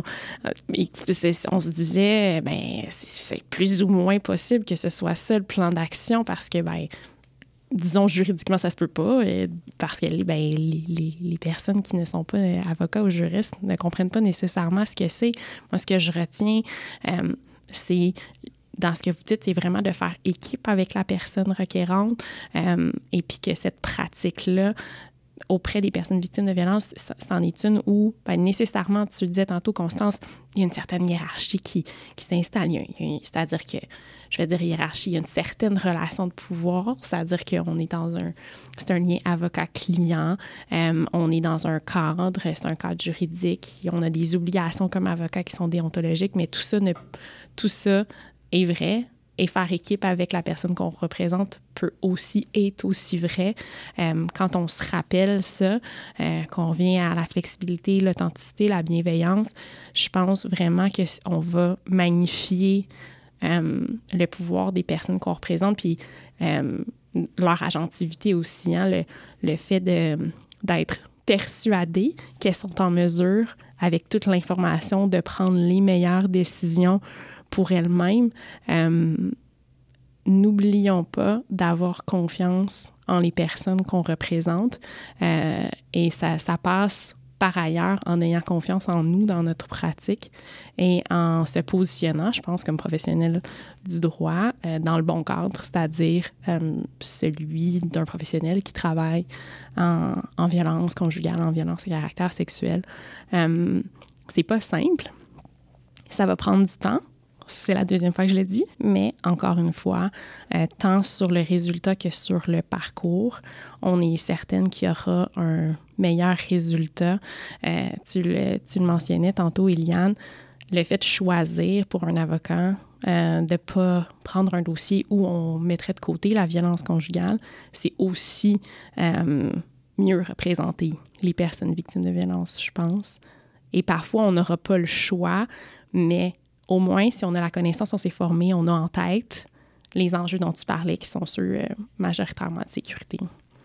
on se disait, ben c'est, c'est plus ou moins possible que ce soit ça le plan d'action parce que, ben disons, juridiquement, ça se peut pas, euh, parce que ben, les, les, les personnes qui ne sont pas euh, avocats ou juristes ne comprennent pas nécessairement ce que c'est. Moi, ce que je retiens, euh, c'est, dans ce que vous dites, c'est vraiment de faire équipe avec la personne requérante euh, et puis que cette pratique-là, auprès des personnes victimes de violences, c'en est une où, ben, nécessairement, tu le disais tantôt, Constance, il y a une certaine hiérarchie qui, qui s'installe. Il y a, il y a, c'est-à-dire que, je vais dire hiérarchie, il y a une certaine relation de pouvoir, c'est-à-dire qu'on est dans un, c'est un lien avocat-client, euh, on est dans un cadre, c'est un cadre juridique, on a des obligations comme avocat qui sont déontologiques, mais tout ça, ne, tout ça est vrai. Et faire équipe avec la personne qu'on représente peut aussi être aussi vrai. Euh, quand on se rappelle ça, euh, qu'on revient à la flexibilité, l'authenticité, la bienveillance, je pense vraiment qu'on va magnifier euh, le pouvoir des personnes qu'on représente, puis euh, leur agentivité aussi, hein, le, le fait de, d'être persuadées qu'elles sont en mesure, avec toute l'information, de prendre les meilleures décisions pour elles-mêmes. Euh, n'oublions pas d'avoir confiance en les personnes qu'on représente euh, et ça, ça passe par ailleurs en ayant confiance en nous dans notre pratique et en se positionnant, je pense, comme professionnel du droit euh, dans le bon cadre, c'est-à-dire euh, celui d'un professionnel qui travaille en, en violence conjugale, en violence à caractère sexuel. Euh, c'est pas simple, ça va prendre du temps. C'est la deuxième fois que je le dis, mais encore une fois, euh, tant sur le résultat que sur le parcours, on est certaine qu'il y aura un meilleur résultat. Euh, tu, le, tu le mentionnais tantôt, Éliane, le fait de choisir pour un avocat euh, de ne pas prendre un dossier où on mettrait de côté la violence conjugale, c'est aussi euh, mieux représenter les personnes victimes de violence, je pense. Et parfois, on n'aura pas le choix, mais au moins, si on a la connaissance, on s'est formé, on a en tête les enjeux dont tu parlais, qui sont ceux euh, majoritairement de sécurité.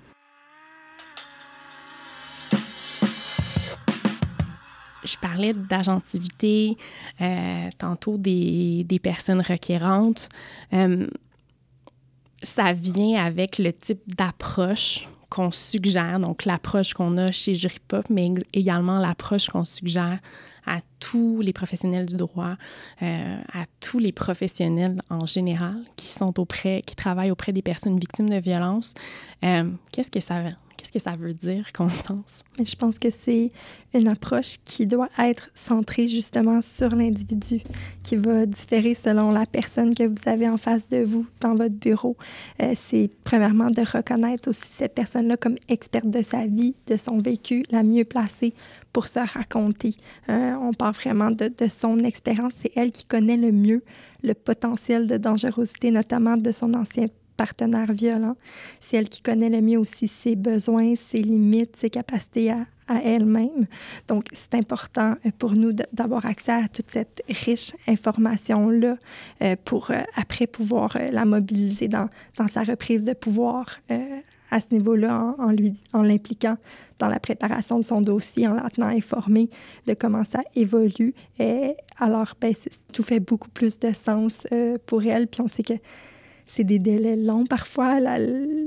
Je parlais d'agentivité, euh, tantôt des, des personnes requérantes. Euh, ça vient avec le type d'approche qu'on suggère, donc l'approche qu'on a chez Juripop, mais également l'approche qu'on suggère à tous les professionnels du droit, euh, à tous les professionnels en général qui sont auprès, qui travaillent auprès des personnes victimes de violences. Euh, qu'est-ce que ça, qu'est-ce Qu'est-ce que ça veut dire, Constance? Mais je pense que c'est une approche qui doit être centrée justement sur l'individu, qui va différer selon la personne que vous avez en face de vous dans votre bureau. Euh, c'est premièrement de reconnaître aussi cette personne-là comme experte de sa vie, de son vécu, la mieux placée pour se raconter. Euh, on parle vraiment de, de son expérience. C'est elle qui connaît le mieux le potentiel de dangerosité, notamment de son ancien partenaire violent. C'est elle qui connaît le mieux aussi ses besoins, ses limites, ses capacités à, à elle-même. Donc, c'est important pour nous de, d'avoir accès à toute cette riche information-là euh, pour euh, après pouvoir euh, la mobiliser dans, dans sa reprise de pouvoir euh, à ce niveau-là, en, en, lui, en l'impliquant dans la préparation de son dossier, en la tenant informée de comment ça évolue. Et alors, ben, tout fait beaucoup plus de sens euh, pour elle. Puis on sait que c'est des délais longs parfois. La,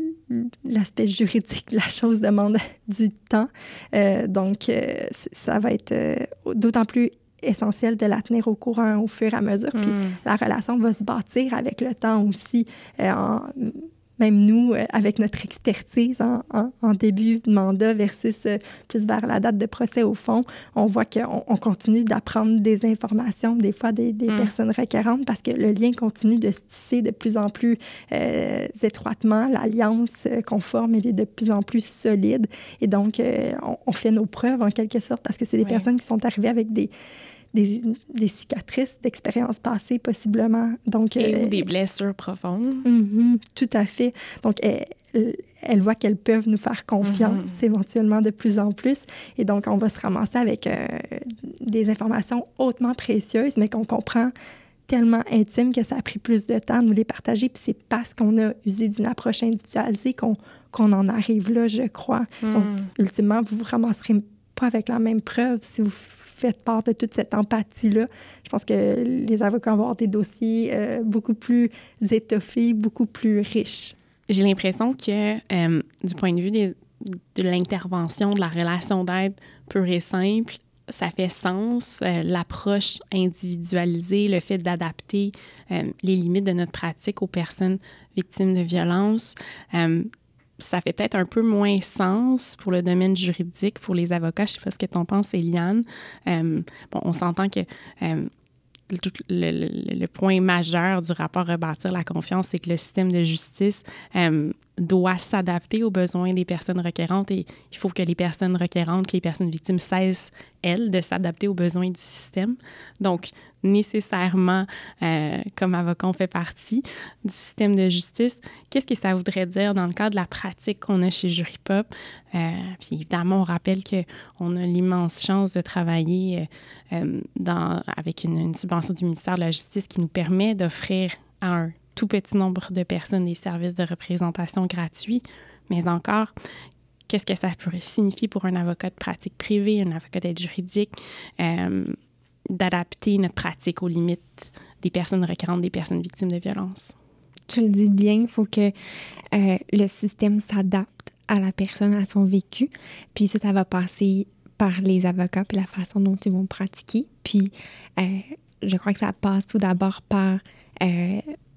l'aspect juridique de la chose demande du temps. Euh, donc, euh, ça va être euh, d'autant plus essentiel de la tenir au courant au fur et à mesure. Mm. Puis la relation va se bâtir avec le temps aussi. Euh, en, même nous, euh, avec notre expertise en, en, en début de mandat versus euh, plus vers la date de procès au fond, on voit qu'on on continue d'apprendre des informations, des fois des, des mm. personnes requérantes, parce que le lien continue de se tisser de plus en plus euh, étroitement. L'alliance euh, qu'on forme, elle est de plus en plus solide. Et donc, euh, on, on fait nos preuves en quelque sorte, parce que c'est des ouais. personnes qui sont arrivées avec des... Des, des cicatrices d'expériences passées, possiblement. Donc, Et euh, ou des blessures profondes. Mm-hmm, tout à fait. Donc, elle, elle voit qu'elles peuvent nous faire confiance mm-hmm. éventuellement de plus en plus. Et donc, on va se ramasser avec euh, des informations hautement précieuses, mais qu'on comprend tellement intimes que ça a pris plus de temps de nous les partager. Puis c'est parce qu'on a usé d'une approche individualisée qu'on, qu'on en arrive là, je crois. Mm. Donc, ultimement, vous ne vous ramasserez pas avec la même preuve si vous faites part de toute cette empathie-là. Je pense que les avocats vont avoir des dossiers euh, beaucoup plus étoffés, beaucoup plus riches. J'ai l'impression que, euh, du point de vue des, de l'intervention, de la relation d'aide pure et simple, ça fait sens, euh, l'approche individualisée, le fait d'adapter euh, les limites de notre pratique aux personnes victimes de violences. Euh, ça fait peut-être un peu moins sens pour le domaine juridique, pour les avocats. Je ne sais pas ce que tu en penses, Éliane. Euh, bon, on s'entend que euh, le, le, le point majeur du rapport Rebâtir la confiance, c'est que le système de justice euh, doit s'adapter aux besoins des personnes requérantes et il faut que les personnes requérantes, que les personnes victimes cessent, elles, de s'adapter aux besoins du système. Donc, nécessairement, euh, comme avocat, on fait partie du système de justice. Qu'est-ce que ça voudrait dire dans le cadre de la pratique qu'on a chez Juripop? Euh, puis évidemment, on rappelle qu'on a l'immense chance de travailler euh, dans, avec une, une subvention du ministère de la Justice qui nous permet d'offrir à un tout petit nombre de personnes des services de représentation gratuits. Mais encore, qu'est-ce que ça pourrait signifier pour un avocat de pratique privée, un avocat d'aide juridique, euh, d'adapter notre pratique aux limites des personnes requérantes, des personnes victimes de violences? Tu le dis bien, il faut que euh, le système s'adapte à la personne, à son vécu. Puis ça, ça va passer par les avocats puis la façon dont ils vont pratiquer. Puis euh, je crois que ça passe tout d'abord par euh,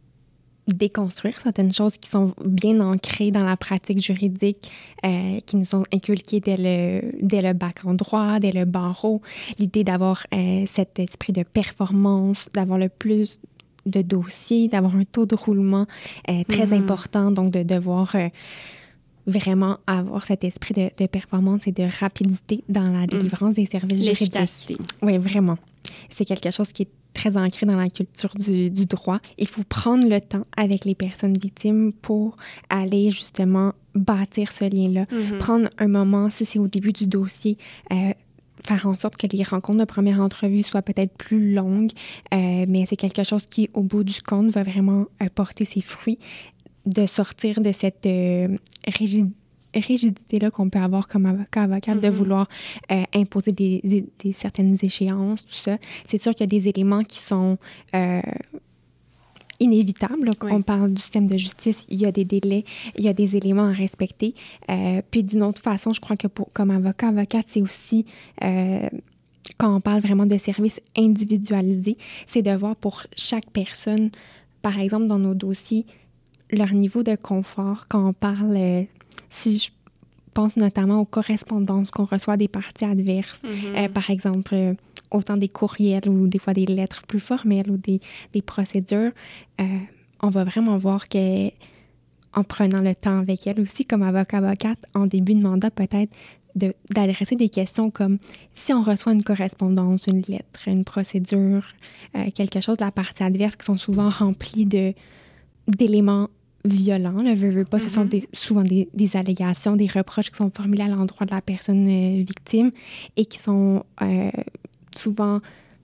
déconstruire certaines choses qui sont bien ancrées dans la pratique juridique, euh, qui nous sont inculquées dès le, dès le bac en droit, dès le barreau. L'idée d'avoir euh, cet esprit de performance, d'avoir le plus de dossiers, d'avoir un taux de roulement euh, très mm-hmm. important, donc de devoir euh, vraiment avoir cet esprit de, de performance et de rapidité dans la délivrance mm. des services juridiques. Oui, vraiment. C'est quelque chose qui est très ancré dans la culture du, du droit. Il faut prendre le temps avec les personnes victimes pour aller justement bâtir ce lien-là. Mm-hmm. Prendre un moment, si c'est au début du dossier, euh, faire en sorte que les rencontres de première entrevue soient peut-être plus longues, euh, mais c'est quelque chose qui, au bout du compte, va vraiment euh, porter ses fruits, de sortir de cette euh, rigidité rigidité-là qu'on peut avoir comme avocat, avocate, mm-hmm. de vouloir euh, imposer des, des, des certaines échéances, tout ça. C'est sûr qu'il y a des éléments qui sont euh, inévitables. Là, oui. On parle du système de justice, il y a des délais, il y a des éléments à respecter. Euh, puis d'une autre façon, je crois que pour, comme avocat, avocate, c'est aussi... Euh, quand on parle vraiment de services individualisés, c'est de voir pour chaque personne, par exemple, dans nos dossiers, leur niveau de confort. Quand on parle... Euh, Si je pense notamment aux correspondances qu'on reçoit des parties adverses. Mm-hmm. Euh, par exemple, euh, autant des courriels ou des fois des lettres plus formelles ou des, des procédures. Euh, on va vraiment voir que en prenant le temps avec elle aussi, comme avocat-avocate, en début de mandat, peut-être de, d'adresser des questions comme si on reçoit une correspondance, une lettre, une procédure, euh, quelque chose de la partie adverse qui sont souvent remplis de, d'éléments violents, ne veux, veux pas, mm-hmm. ce sont des, souvent des, des allégations, des reproches qui sont formulés à l'endroit de la personne euh, victime et qui sont euh, souvent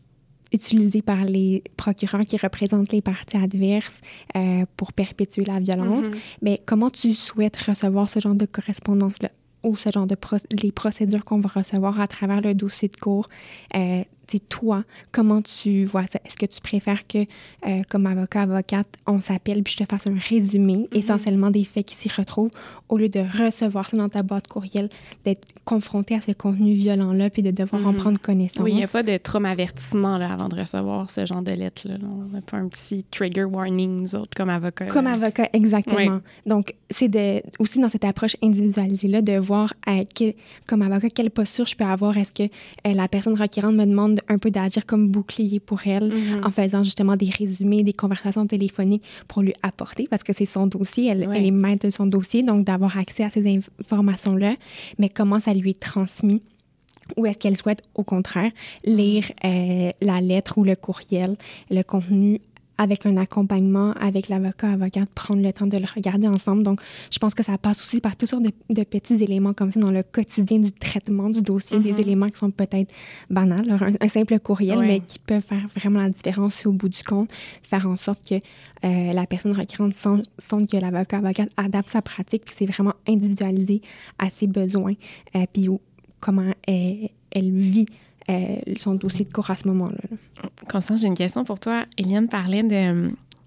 utilisés par les procureurs qui représentent les parties adverses euh, pour perpétuer la violence. Mm-hmm. Mais comment tu souhaites recevoir ce genre de correspondance-là ou ce genre de pro- les procédures qu'on va recevoir à travers le dossier de cour? Euh, c'est toi, comment tu vois ça? Est-ce que tu préfères que, euh, comme avocat, avocate, on s'appelle puis je te fasse un résumé mm-hmm. essentiellement des faits qui s'y retrouvent au lieu de recevoir ça dans ta boîte courriel, d'être confronté à ce contenu violent-là puis de devoir mm-hmm. en prendre connaissance? Oui, il n'y a pas de trauma-avertissement là, avant de recevoir ce genre de lettre-là. On n'a pas un petit trigger warning, nous autres, comme avocat. Comme là. avocat, exactement. Oui. Donc, c'est de, aussi dans cette approche individualisée-là de voir à que, comme avocat, quelle posture je peux avoir. Est-ce que euh, la personne requérante me demande un peu d'agir comme bouclier pour elle mm-hmm. en faisant justement des résumés, des conversations téléphoniques pour lui apporter, parce que c'est son dossier, elle, oui. elle est maître de son dossier, donc d'avoir accès à ces informations-là, mais comment ça lui est transmis? Ou est-ce qu'elle souhaite, au contraire, lire euh, la lettre ou le courriel, le contenu avec un accompagnement, avec l'avocat, avocate, prendre le temps de le regarder ensemble. Donc, je pense que ça passe aussi par toutes sortes de, de petits éléments comme ça dans le quotidien du traitement du dossier, mm-hmm. des éléments qui sont peut-être banals, un, un simple courriel, ouais. mais qui peuvent faire vraiment la différence au bout du compte, faire en sorte que euh, la personne requérante sente, sente que l'avocat, avocate adapte sa pratique, puis c'est vraiment individualisé à ses besoins, euh, puis où, comment elle, elle vit Euh, son dossier de cour à ce moment-là. Constance, j'ai une question pour toi. Éliane parlait de,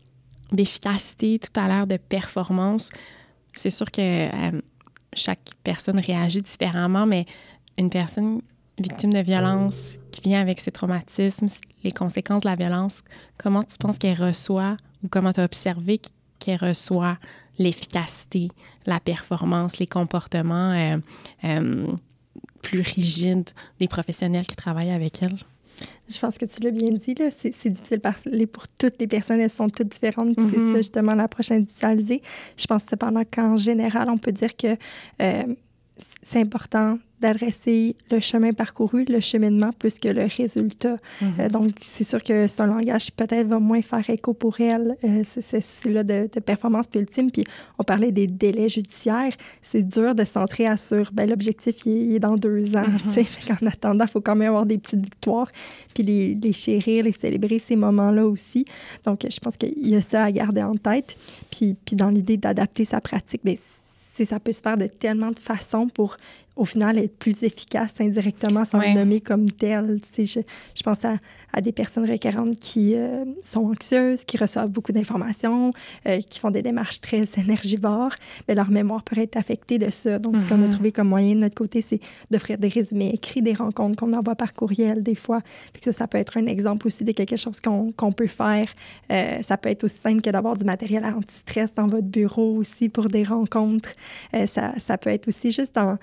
d'efficacité tout à l'heure, de performance. C'est sûr que euh, chaque personne réagit différemment, mais une personne victime de violence qui vient avec ses traumatismes, les conséquences de la violence, comment tu penses qu'elle reçoit ou comment tu as observé qu'elle reçoit l'efficacité, la performance, les comportements euh, euh, plus rigide des professionnels qui travaillent avec elle? Je pense que tu l'as bien dit, là, c'est, c'est difficile parler pour toutes les personnes, elles sont toutes différentes, puis mm-hmm. c'est ça justement l'approche individualisée. Je pense cependant qu'en général, on peut dire que euh, c'est important d'adresser le chemin parcouru, le cheminement, plus que le résultat. Mm-hmm. Euh, donc, c'est sûr que c'est un langage qui peut-être va moins faire écho pour elle. Euh, c'est, c'est, c'est là de, de performance puis ultime. Puis, on parlait des délais judiciaires. C'est dur de se centrer à sur, ben l'objectif, il est, il est dans deux ans. Mm-hmm. En attendant, il faut quand même avoir des petites victoires puis les, les chérir, les célébrer, ces moments-là aussi. Donc, je pense qu'il y a ça à garder en tête. Puis, puis dans l'idée d'adapter sa pratique, bien, c'est, ça peut se faire de tellement de façons pour au final, être plus efficace indirectement sans ouais. le nommer comme tel. Tu sais, je, je pense à, à des personnes requérantes qui euh, sont anxieuses, qui reçoivent beaucoup d'informations, euh, qui font des démarches très énergivores. Mais leur mémoire peut être affectée de ça. Donc, mm-hmm. ce qu'on a trouvé comme moyen de notre côté, c'est d'offrir des résumés écrits, des rencontres qu'on envoie par courriel des fois. Puis que ça, ça peut être un exemple aussi de quelque chose qu'on, qu'on peut faire. Euh, ça peut être aussi simple que d'avoir du matériel anti-stress dans votre bureau aussi pour des rencontres. Euh, ça, ça peut être aussi juste dans...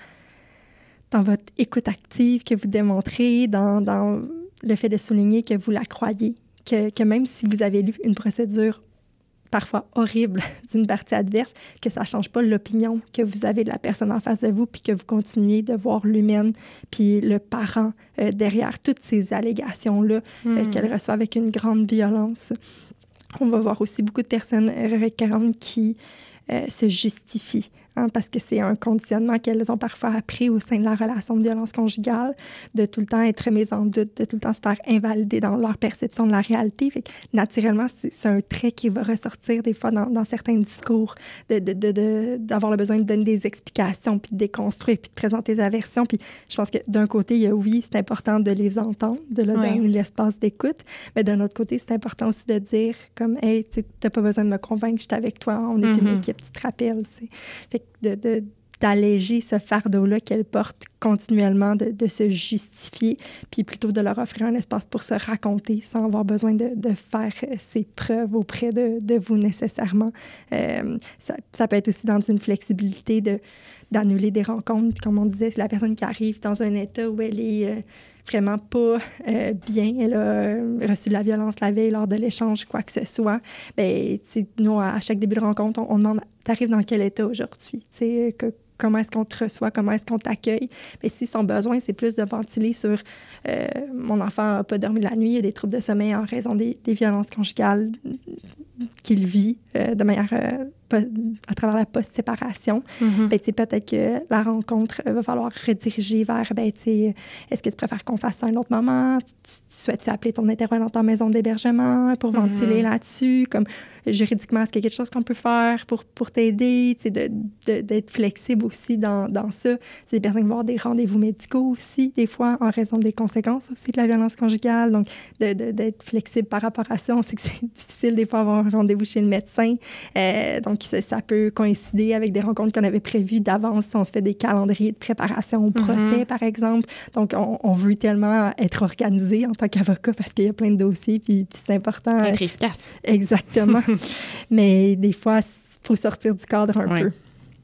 dans votre écoute active que vous démontrez, dans, dans le fait de souligner que vous la croyez, que, que même si vous avez lu une procédure parfois horrible d'une partie adverse, que ça ne change pas l'opinion que vous avez de la personne en face de vous, puis que vous continuez de voir l'humaine, puis le parent euh, derrière toutes ces allégations-là mmh. euh, qu'elle reçoit avec une grande violence. On va voir aussi beaucoup de personnes requérantes qui euh, se justifient. Hein, parce que c'est un conditionnement qu'elles ont parfois appris au sein de la relation de violence conjugale, de tout le temps être mises en doute, de tout le temps se faire invalider dans leur perception de la réalité. Fait que, naturellement, c'est, c'est un trait qui va ressortir des fois dans, dans certains discours, de, de, de, de, d'avoir le besoin de donner des explications, puis de déconstruire, puis de présenter des aversions. Puis je pense que d'un côté, il y a oui, c'est important de les entendre, de leur donner l'espace d'écoute, mais d'un autre côté, c'est important aussi de dire comme « Hey, tu n'as pas besoin de me convaincre, je suis avec toi, on est mm-hmm. une équipe, tu te rappelles. » Fait que De, de, d'alléger ce fardeau-là qu'elle porte continuellement, de, de se justifier, puis plutôt de leur offrir un espace pour se raconter sans avoir besoin de, de faire ses preuves auprès de, de vous nécessairement. Euh, ça, ça peut être aussi dans une flexibilité de, d'annuler des rencontres. Comme on disait, c'est la personne qui arrive dans un état où elle est euh, vraiment pas euh, bien, elle a euh, reçu de la violence la veille lors de l'échange, quoi que ce soit. Bien, nous, à chaque début de rencontre, on, on demande « T'arrives dans quel état aujourd'hui? » que Comment est-ce qu'on te reçoit? Comment est-ce qu'on t'accueille? Mais si son besoin, c'est plus de ventiler sur euh, mon enfant n'a pas dormi la nuit, il a des troubles de sommeil en raison des, des violences conjugales qu'il vit euh, de manière euh, à travers la post-séparation, mm-hmm. ben, peut-être que la rencontre euh, va falloir rediriger vers ben, est-ce que tu préfères qu'on fasse ça à un autre moment? Tu, tu, souhaites-tu appeler ton intervenante en maison d'hébergement pour mm-hmm. ventiler là-dessus? Comme juridiquement, est-ce qu'il y a quelque chose qu'on peut faire pour, pour t'aider? De, de, d'être flexible aussi dans, dans ça. C'est des personnes qui vont avoir des rendez-vous médicaux aussi, des fois, en raison des conséquences aussi de la violence conjugale. Donc, de, de, d'être flexible par rapport à ça. On sait que c'est difficile des fois d'avoir un rendez-vous chez le médecin. Euh, donc, ça, ça peut coïncider avec des rencontres qu'on avait prévues d'avance. On se fait des calendriers de préparation au procès, mm-hmm. par exemple. Donc, on, on veut tellement être organisé en tant qu'avocat parce qu'il y a plein de dossiers, puis, puis c'est important. Être efficace. Exactement. Mais des fois, il faut sortir du cadre un ouais. peu.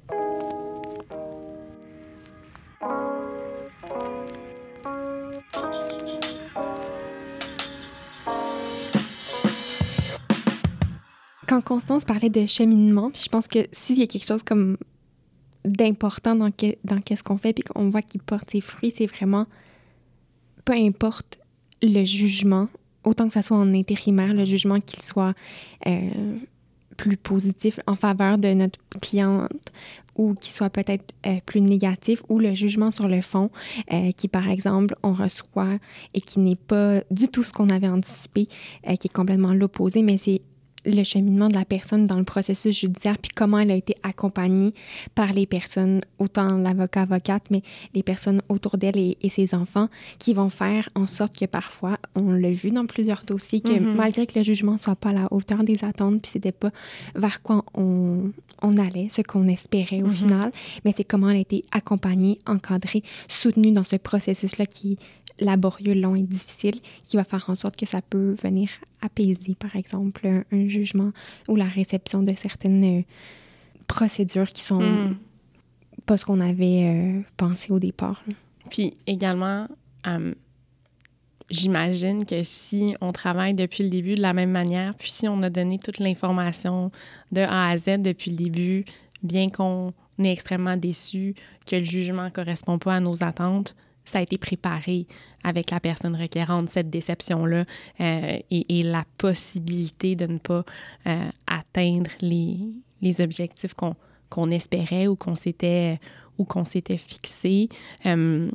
Quand Constance parlait de cheminement, je pense que s'il y a quelque chose comme d'important dans, que, dans qu'est-ce qu'on fait puis qu'on voit qu'il porte ses fruits, c'est vraiment, peu importe le jugement, autant que ça soit en intérimaire, le jugement qu'il soit euh, plus positif en faveur de notre cliente ou qui soit peut-être euh, plus négatif, ou le jugement sur le fond euh, qui, par exemple, on reçoit et qui n'est pas du tout ce qu'on avait anticipé, euh, qui est complètement l'opposé, mais c'est le cheminement de la personne dans le processus judiciaire, puis comment elle a été accompagnée par les personnes, autant l'avocat, avocate, mais les personnes autour d'elle et, et ses enfants, qui vont faire en sorte que parfois, on l'a vu dans plusieurs dossiers, que mm-hmm. malgré que le jugement ne soit pas à la hauteur des attentes, puis c'était pas vers quoi on, on allait, ce qu'on espérait au mm-hmm. final, mais c'est comment elle a été accompagnée, encadrée, soutenue dans ce processus-là qui est laborieux, long et difficile, qui va faire en sorte que ça peut venir apaiser, par exemple, un, un jugement ou la réception de certaines euh, procédures qui sont mm. pas ce qu'on avait euh, pensé au départ. Là. Puis également, euh, j'imagine que si on travaille depuis le début de la même manière, puis si on a donné toute l'information de A à Z depuis le début, bien qu'on est extrêmement déçu, que le jugement ne correspond pas à nos attentes, ça a été préparé avec la personne requérante, cette déception-là, euh, et, et la possibilité de ne pas euh, atteindre les, les objectifs qu'on, qu'on espérait ou qu'on s'était, ou qu'on s'était fixés. Euh,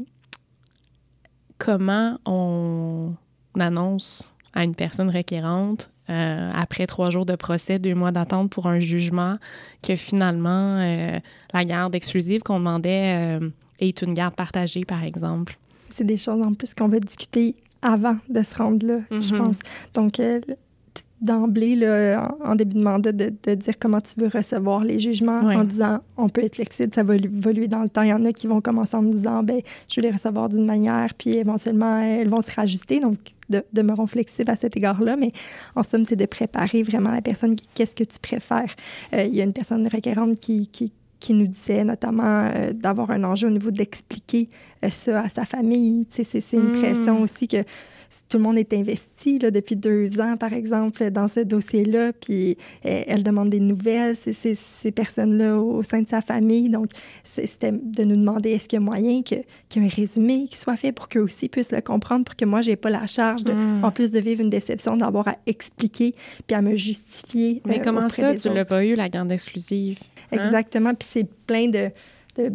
comment on annonce à une personne requérante, euh, après trois jours de procès, deux mois d'attente pour un jugement, que finalement, euh, la garde exclusive qu'on demandait... Euh, est une garde partagée, par exemple. C'est des choses en plus qu'on va discuter avant de se rendre là, mm-hmm. je pense. Donc, euh, d'emblée, là, en, en début de mandat, de, de dire comment tu veux recevoir les jugements, ouais. en disant on peut être flexible, ça va évoluer dans le temps. Il y en a qui vont commencer en me disant ben je vais les recevoir d'une manière, puis éventuellement, elles vont se rajuster. Donc, de, demeurons flexibles à cet égard-là. Mais en somme, c'est de préparer vraiment la personne. Qu'est-ce que tu préfères? Euh, il y a une personne requérante qui, qui qui nous disait notamment euh, d'avoir un enjeu au niveau d'expliquer euh, ça à sa famille. C'est, c'est une mmh. pression aussi que tout le monde est investi là, depuis deux ans, par exemple, dans ce dossier-là, puis euh, elle demande des nouvelles, c'est, c'est, ces personnes-là au, au sein de sa famille. Donc, c'est, c'était de nous demander est-ce qu'il y a moyen que, qu'il y ait un résumé qui soit fait pour qu'eux aussi puissent le comprendre, pour que moi, je n'ai pas la charge, de, mmh. en plus de vivre une déception, d'avoir à expliquer puis à me justifier. Mais euh, comment ça, tu ne l'as pas eu, la garde exclusive? Hein? Exactement, puis c'est plein de... de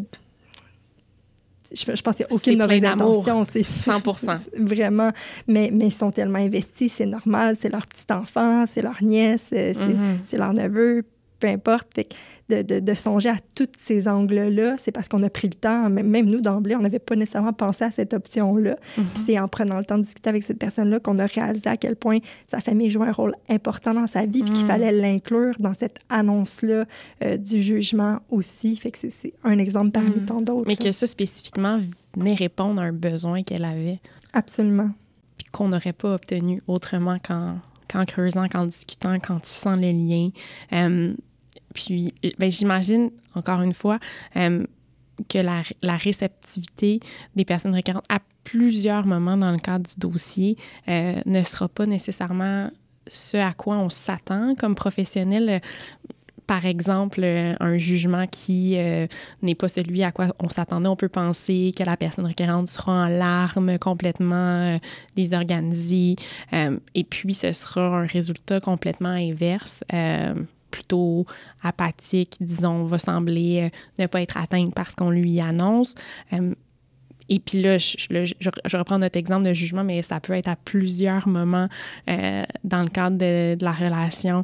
Je, je pense qu'il n'y a aucune mauvaise intention. C'est cent pour cent. Vraiment. Mais, mais ils sont tellement investis, c'est normal. C'est leur petit enfant, c'est leur nièce, c'est, mm-hmm. c'est leur neveu, peu importe. Fait que de, de, de songer à tous ces angles-là, c'est parce qu'on a pris le temps. Même nous, d'emblée, on n'avait pas nécessairement pensé à cette option-là. Mm-hmm. Puis c'est en prenant le temps de discuter avec cette personne-là qu'on a réalisé à quel point sa famille jouait un rôle important dans sa vie, puis mm-hmm. qu'il fallait l'inclure dans cette annonce-là euh, du jugement aussi. Fait que c'est, c'est un exemple parmi mm-hmm. tant d'autres. Mais là. Que ça, spécifiquement, venait répondre à un besoin qu'elle avait. Absolument. Puis qu'on n'aurait pas obtenu autrement qu'en, qu'en creusant, qu'en discutant, qu'en tissant le lien. Euh, Puis, ben, j'imagine, encore une fois, euh, que la, la réceptivité des personnes requérantes à plusieurs moments dans le cadre du dossier euh, ne sera pas nécessairement ce à quoi on s'attend comme professionnel. Par exemple, un jugement qui euh, n'est pas celui à quoi on s'attendait. On peut penser que la personne requérante sera en larmes, complètement euh, désorganisée, euh, et puis ce sera un résultat complètement inverse, euh, plutôt apathique, disons, va sembler euh, ne pas être atteinte parce qu'on lui annonce. Euh, Et puis là, je, je, je, je reprends notre exemple de jugement, mais ça peut être à plusieurs moments euh, dans le cadre de, de la relation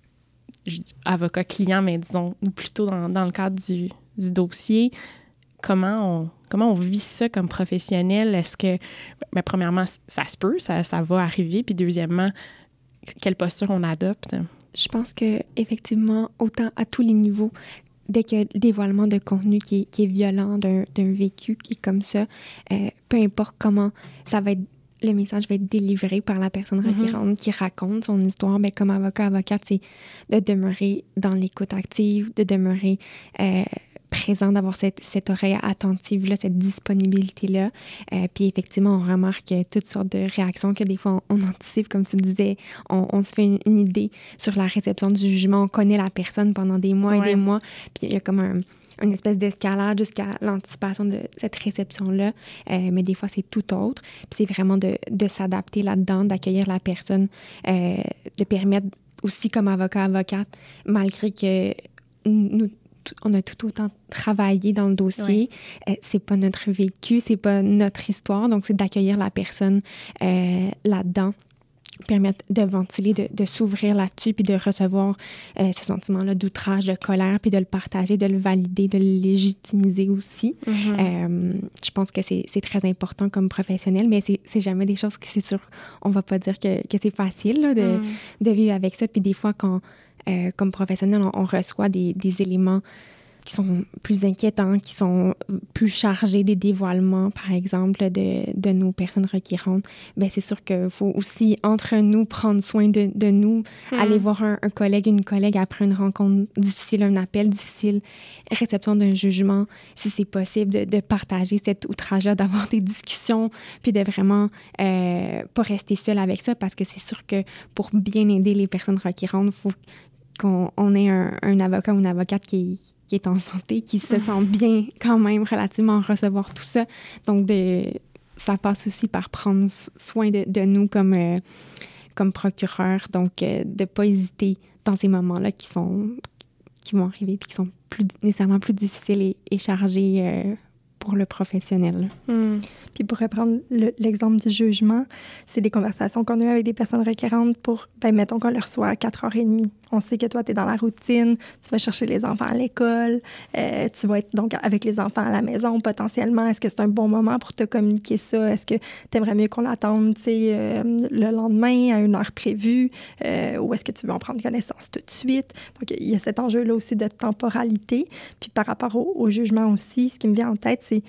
avocat-client, mais disons plutôt dans, dans le cadre du, du dossier. Comment on, comment on vit ça comme professionnel? Est-ce que, bien, premièrement, ça se peut, ça, ça va arriver, puis deuxièmement, quelle posture on adopte? Je pense que effectivement, autant à tous les niveaux, dès qu'il y a le dévoilement de contenu qui est, qui est violent, d'un, d'un vécu qui est comme ça, euh, peu importe comment ça va être, le message va être délivré par la personne requérante mm-hmm. qui raconte son histoire, bien, comme avocat, avocate, c'est de demeurer dans l'écoute active, de demeurer euh, présent, d'avoir cette, cette oreille attentive-là, cette disponibilité-là. Euh, puis effectivement, on remarque toutes sortes de réactions que des fois, on, on anticipe, comme tu disais, on, on se fait une, une idée sur la réception du jugement, on connaît la personne pendant des mois ouais. et des mois, puis il y a comme un... une espèce d'escalade jusqu'à l'anticipation de cette réception-là. Euh, mais des fois, c'est tout autre. Puis c'est vraiment de, de s'adapter là-dedans, d'accueillir la personne, euh, de permettre aussi comme avocat, avocate, malgré que nous, on a tout autant travaillé dans le dossier, ouais. euh, c'est pas notre vécu, c'est pas notre histoire. Donc, c'est d'accueillir la personne euh, là-dedans, permettre de ventiler, de, de s'ouvrir là-dessus, puis de recevoir euh, ce sentiment-là d'outrage, de colère, puis de le partager, de le valider, de le légitimiser aussi. Mm-hmm. Euh, je pense que c'est, c'est très important comme professionnel, mais c'est, c'est jamais des choses qui, c'est sûr, on va pas dire que, que c'est facile là, de, mm. de vivre avec ça. Puis des fois, quand, euh, comme professionnel, on, on reçoit des, des éléments qui sont plus inquiétants, qui sont plus chargés des dévoilements, par exemple, de, de nos personnes requérantes, bien, c'est sûr qu'il faut aussi, entre nous, prendre soin de, de nous, mmh. aller voir un, un collègue, une collègue après une rencontre difficile, un appel difficile, réception d'un jugement, si c'est possible, de, de partager cet outrage-là, d'avoir des discussions, puis de vraiment euh, pas rester seul avec ça, parce que c'est sûr que pour bien aider les personnes requérantes, il faut qu'on on ait un, un avocat ou une avocate qui, qui est en santé, qui se sent bien quand même relativement recevoir tout ça. Donc, de, ça passe aussi par prendre soin de, de nous comme, euh, comme procureur. Donc, euh, de ne pas hésiter dans ces moments-là qui, sont, qui vont arriver et qui sont plus, nécessairement plus difficiles et, et chargés euh, pour le professionnel. Mm. Puis pour reprendre le, l'exemple du jugement, c'est des conversations qu'on a eues avec des personnes requérantes pour, ben mettons qu'on le reçoit à quatre heures trente. On sait que toi, tu es dans la routine, tu vas chercher les enfants à l'école, euh, tu vas être donc avec les enfants à la maison potentiellement. Est-ce que c'est un bon moment pour te communiquer ça? Est-ce que tu aimerais mieux qu'on l'attende euh, le lendemain à une heure prévue? Euh, ou est-ce que tu veux en prendre connaissance tout de suite? Donc, il y a cet enjeu-là aussi de temporalité. Puis par rapport au, au jugement aussi, ce qui me vient en tête, c'est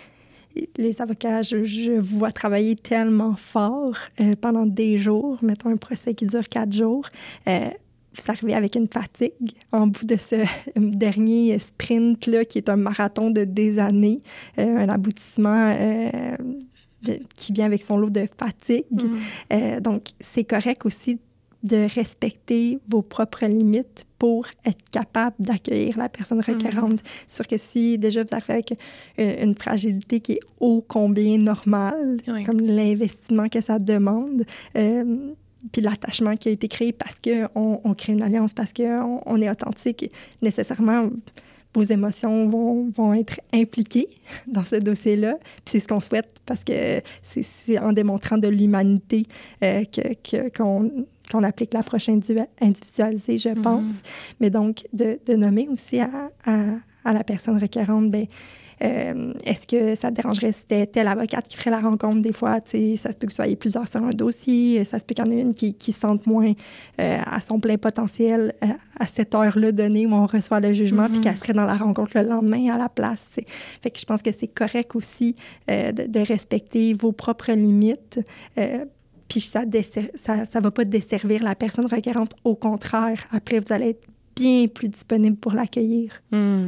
les avocats, je, je vous vois travailler tellement fort euh, pendant des jours. Mettons un procès qui dure quatre jours. Euh, vous arrivez avec une fatigue en bout de ce dernier sprint-là qui est un marathon de des années, euh, un aboutissement euh, de, qui vient avec son lot de fatigue. Mm. Euh, donc, c'est correct aussi de respecter vos propres limites pour être capable d'accueillir la personne requérante. Mm. C'est sûr que si déjà vous arrivez avec une, une fragilité qui est ô combien normale, oui. comme l'investissement que ça demande, euh, puis l'attachement qui a été créé parce qu'on on crée une alliance, parce qu'on on est authentique, nécessairement, vos émotions vont, vont être impliquées dans ce dossier-là. Puis c'est ce qu'on souhaite parce que c'est, c'est en démontrant de l'humanité euh, que, que, qu'on, qu'on applique l'approche individualisée, je pense. Mm-hmm. Mais donc, de, de nommer aussi à, à, à la personne requérante, bien, Euh, est-ce que ça te dérangerait si c'était telle avocate qui ferait la rencontre? Des fois, tu sais, ça se peut que vous soyez plusieurs sur un dossier, ça se peut qu'il y en ait une qui, qui se sente moins euh, à son plein potentiel euh, à cette heure-là donnée où on reçoit le jugement, mm-hmm. puis qu'elle serait dans la rencontre le lendemain à la place. C'est... Fait que je pense que c'est correct aussi euh, de, de respecter vos propres limites. Euh, puis ça ne ça, ça va pas desservir la personne requérante. Au contraire, après, vous allez être bien plus disponible pour l'accueillir. Mm.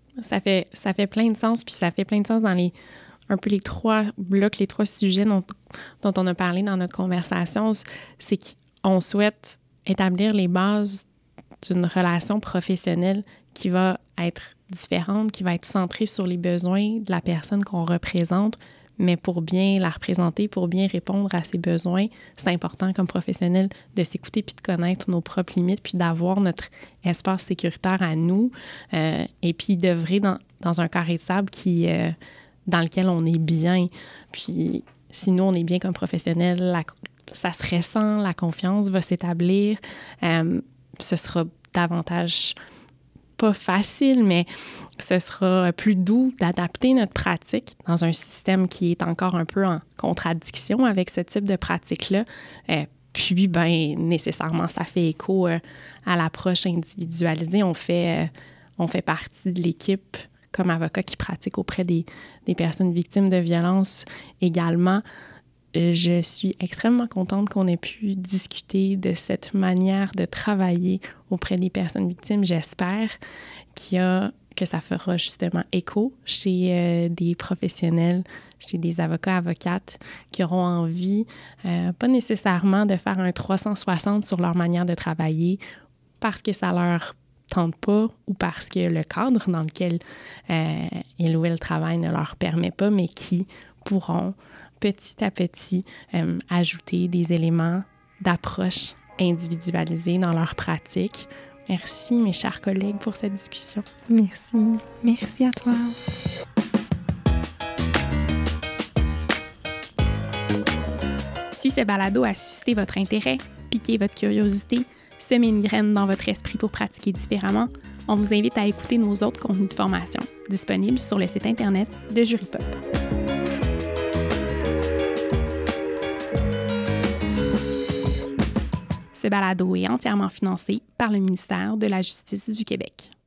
Ça fait, ça fait plein de sens, puis ça fait plein de sens dans les un peu les trois blocs, les trois sujets dont, dont on a parlé dans notre conversation. C'est qu'on souhaite établir les bases d'une relation professionnelle qui va être différente, qui va être centrée sur les besoins de la personne qu'on représente, mais pour bien la représenter, pour bien répondre à ses besoins, c'est important comme professionnel de s'écouter puis de connaître nos propres limites puis d'avoir notre espace sécuritaire à nous euh, et puis d'œuvrer dans, dans un carré de sable qui, euh, dans lequel on est bien. Puis si nous, on est bien comme professionnel, la, ça se ressent, la confiance va s'établir. Euh, ce sera davantage pas facile, mais ce sera plus doux d'adapter notre pratique dans un système qui est encore un peu en contradiction avec ce type de pratique-là. Euh, puis, bien, nécessairement, ça fait écho euh, à l'approche individualisée. On fait, euh, on fait partie de l'équipe comme avocat qui pratique auprès des, des personnes victimes de violences également. Je suis extrêmement contente qu'on ait pu discuter de cette manière de travailler auprès des personnes victimes. J'espère qu'il y a, que ça fera justement écho chez euh, des professionnels, chez des avocats, avocates qui auront envie, euh, pas nécessairement de faire un trois cent soixante sur leur manière de travailler parce que ça leur tente pas ou parce que le cadre dans lequel euh, ils ou elles travaillent ne leur permet pas, mais qui pourront petit à petit, euh, ajouter des éléments d'approche individualisée dans leur pratique. Merci, mes chers collègues, pour cette discussion. Merci. Merci à toi. Si ce balado a suscité votre intérêt, piqué votre curiosité, semé une graine dans votre esprit pour pratiquer différemment, on vous invite à écouter nos autres contenus de formation disponibles sur le site Internet de Jurypop. Ce balado est entièrement financé par le ministère de la Justice du Québec.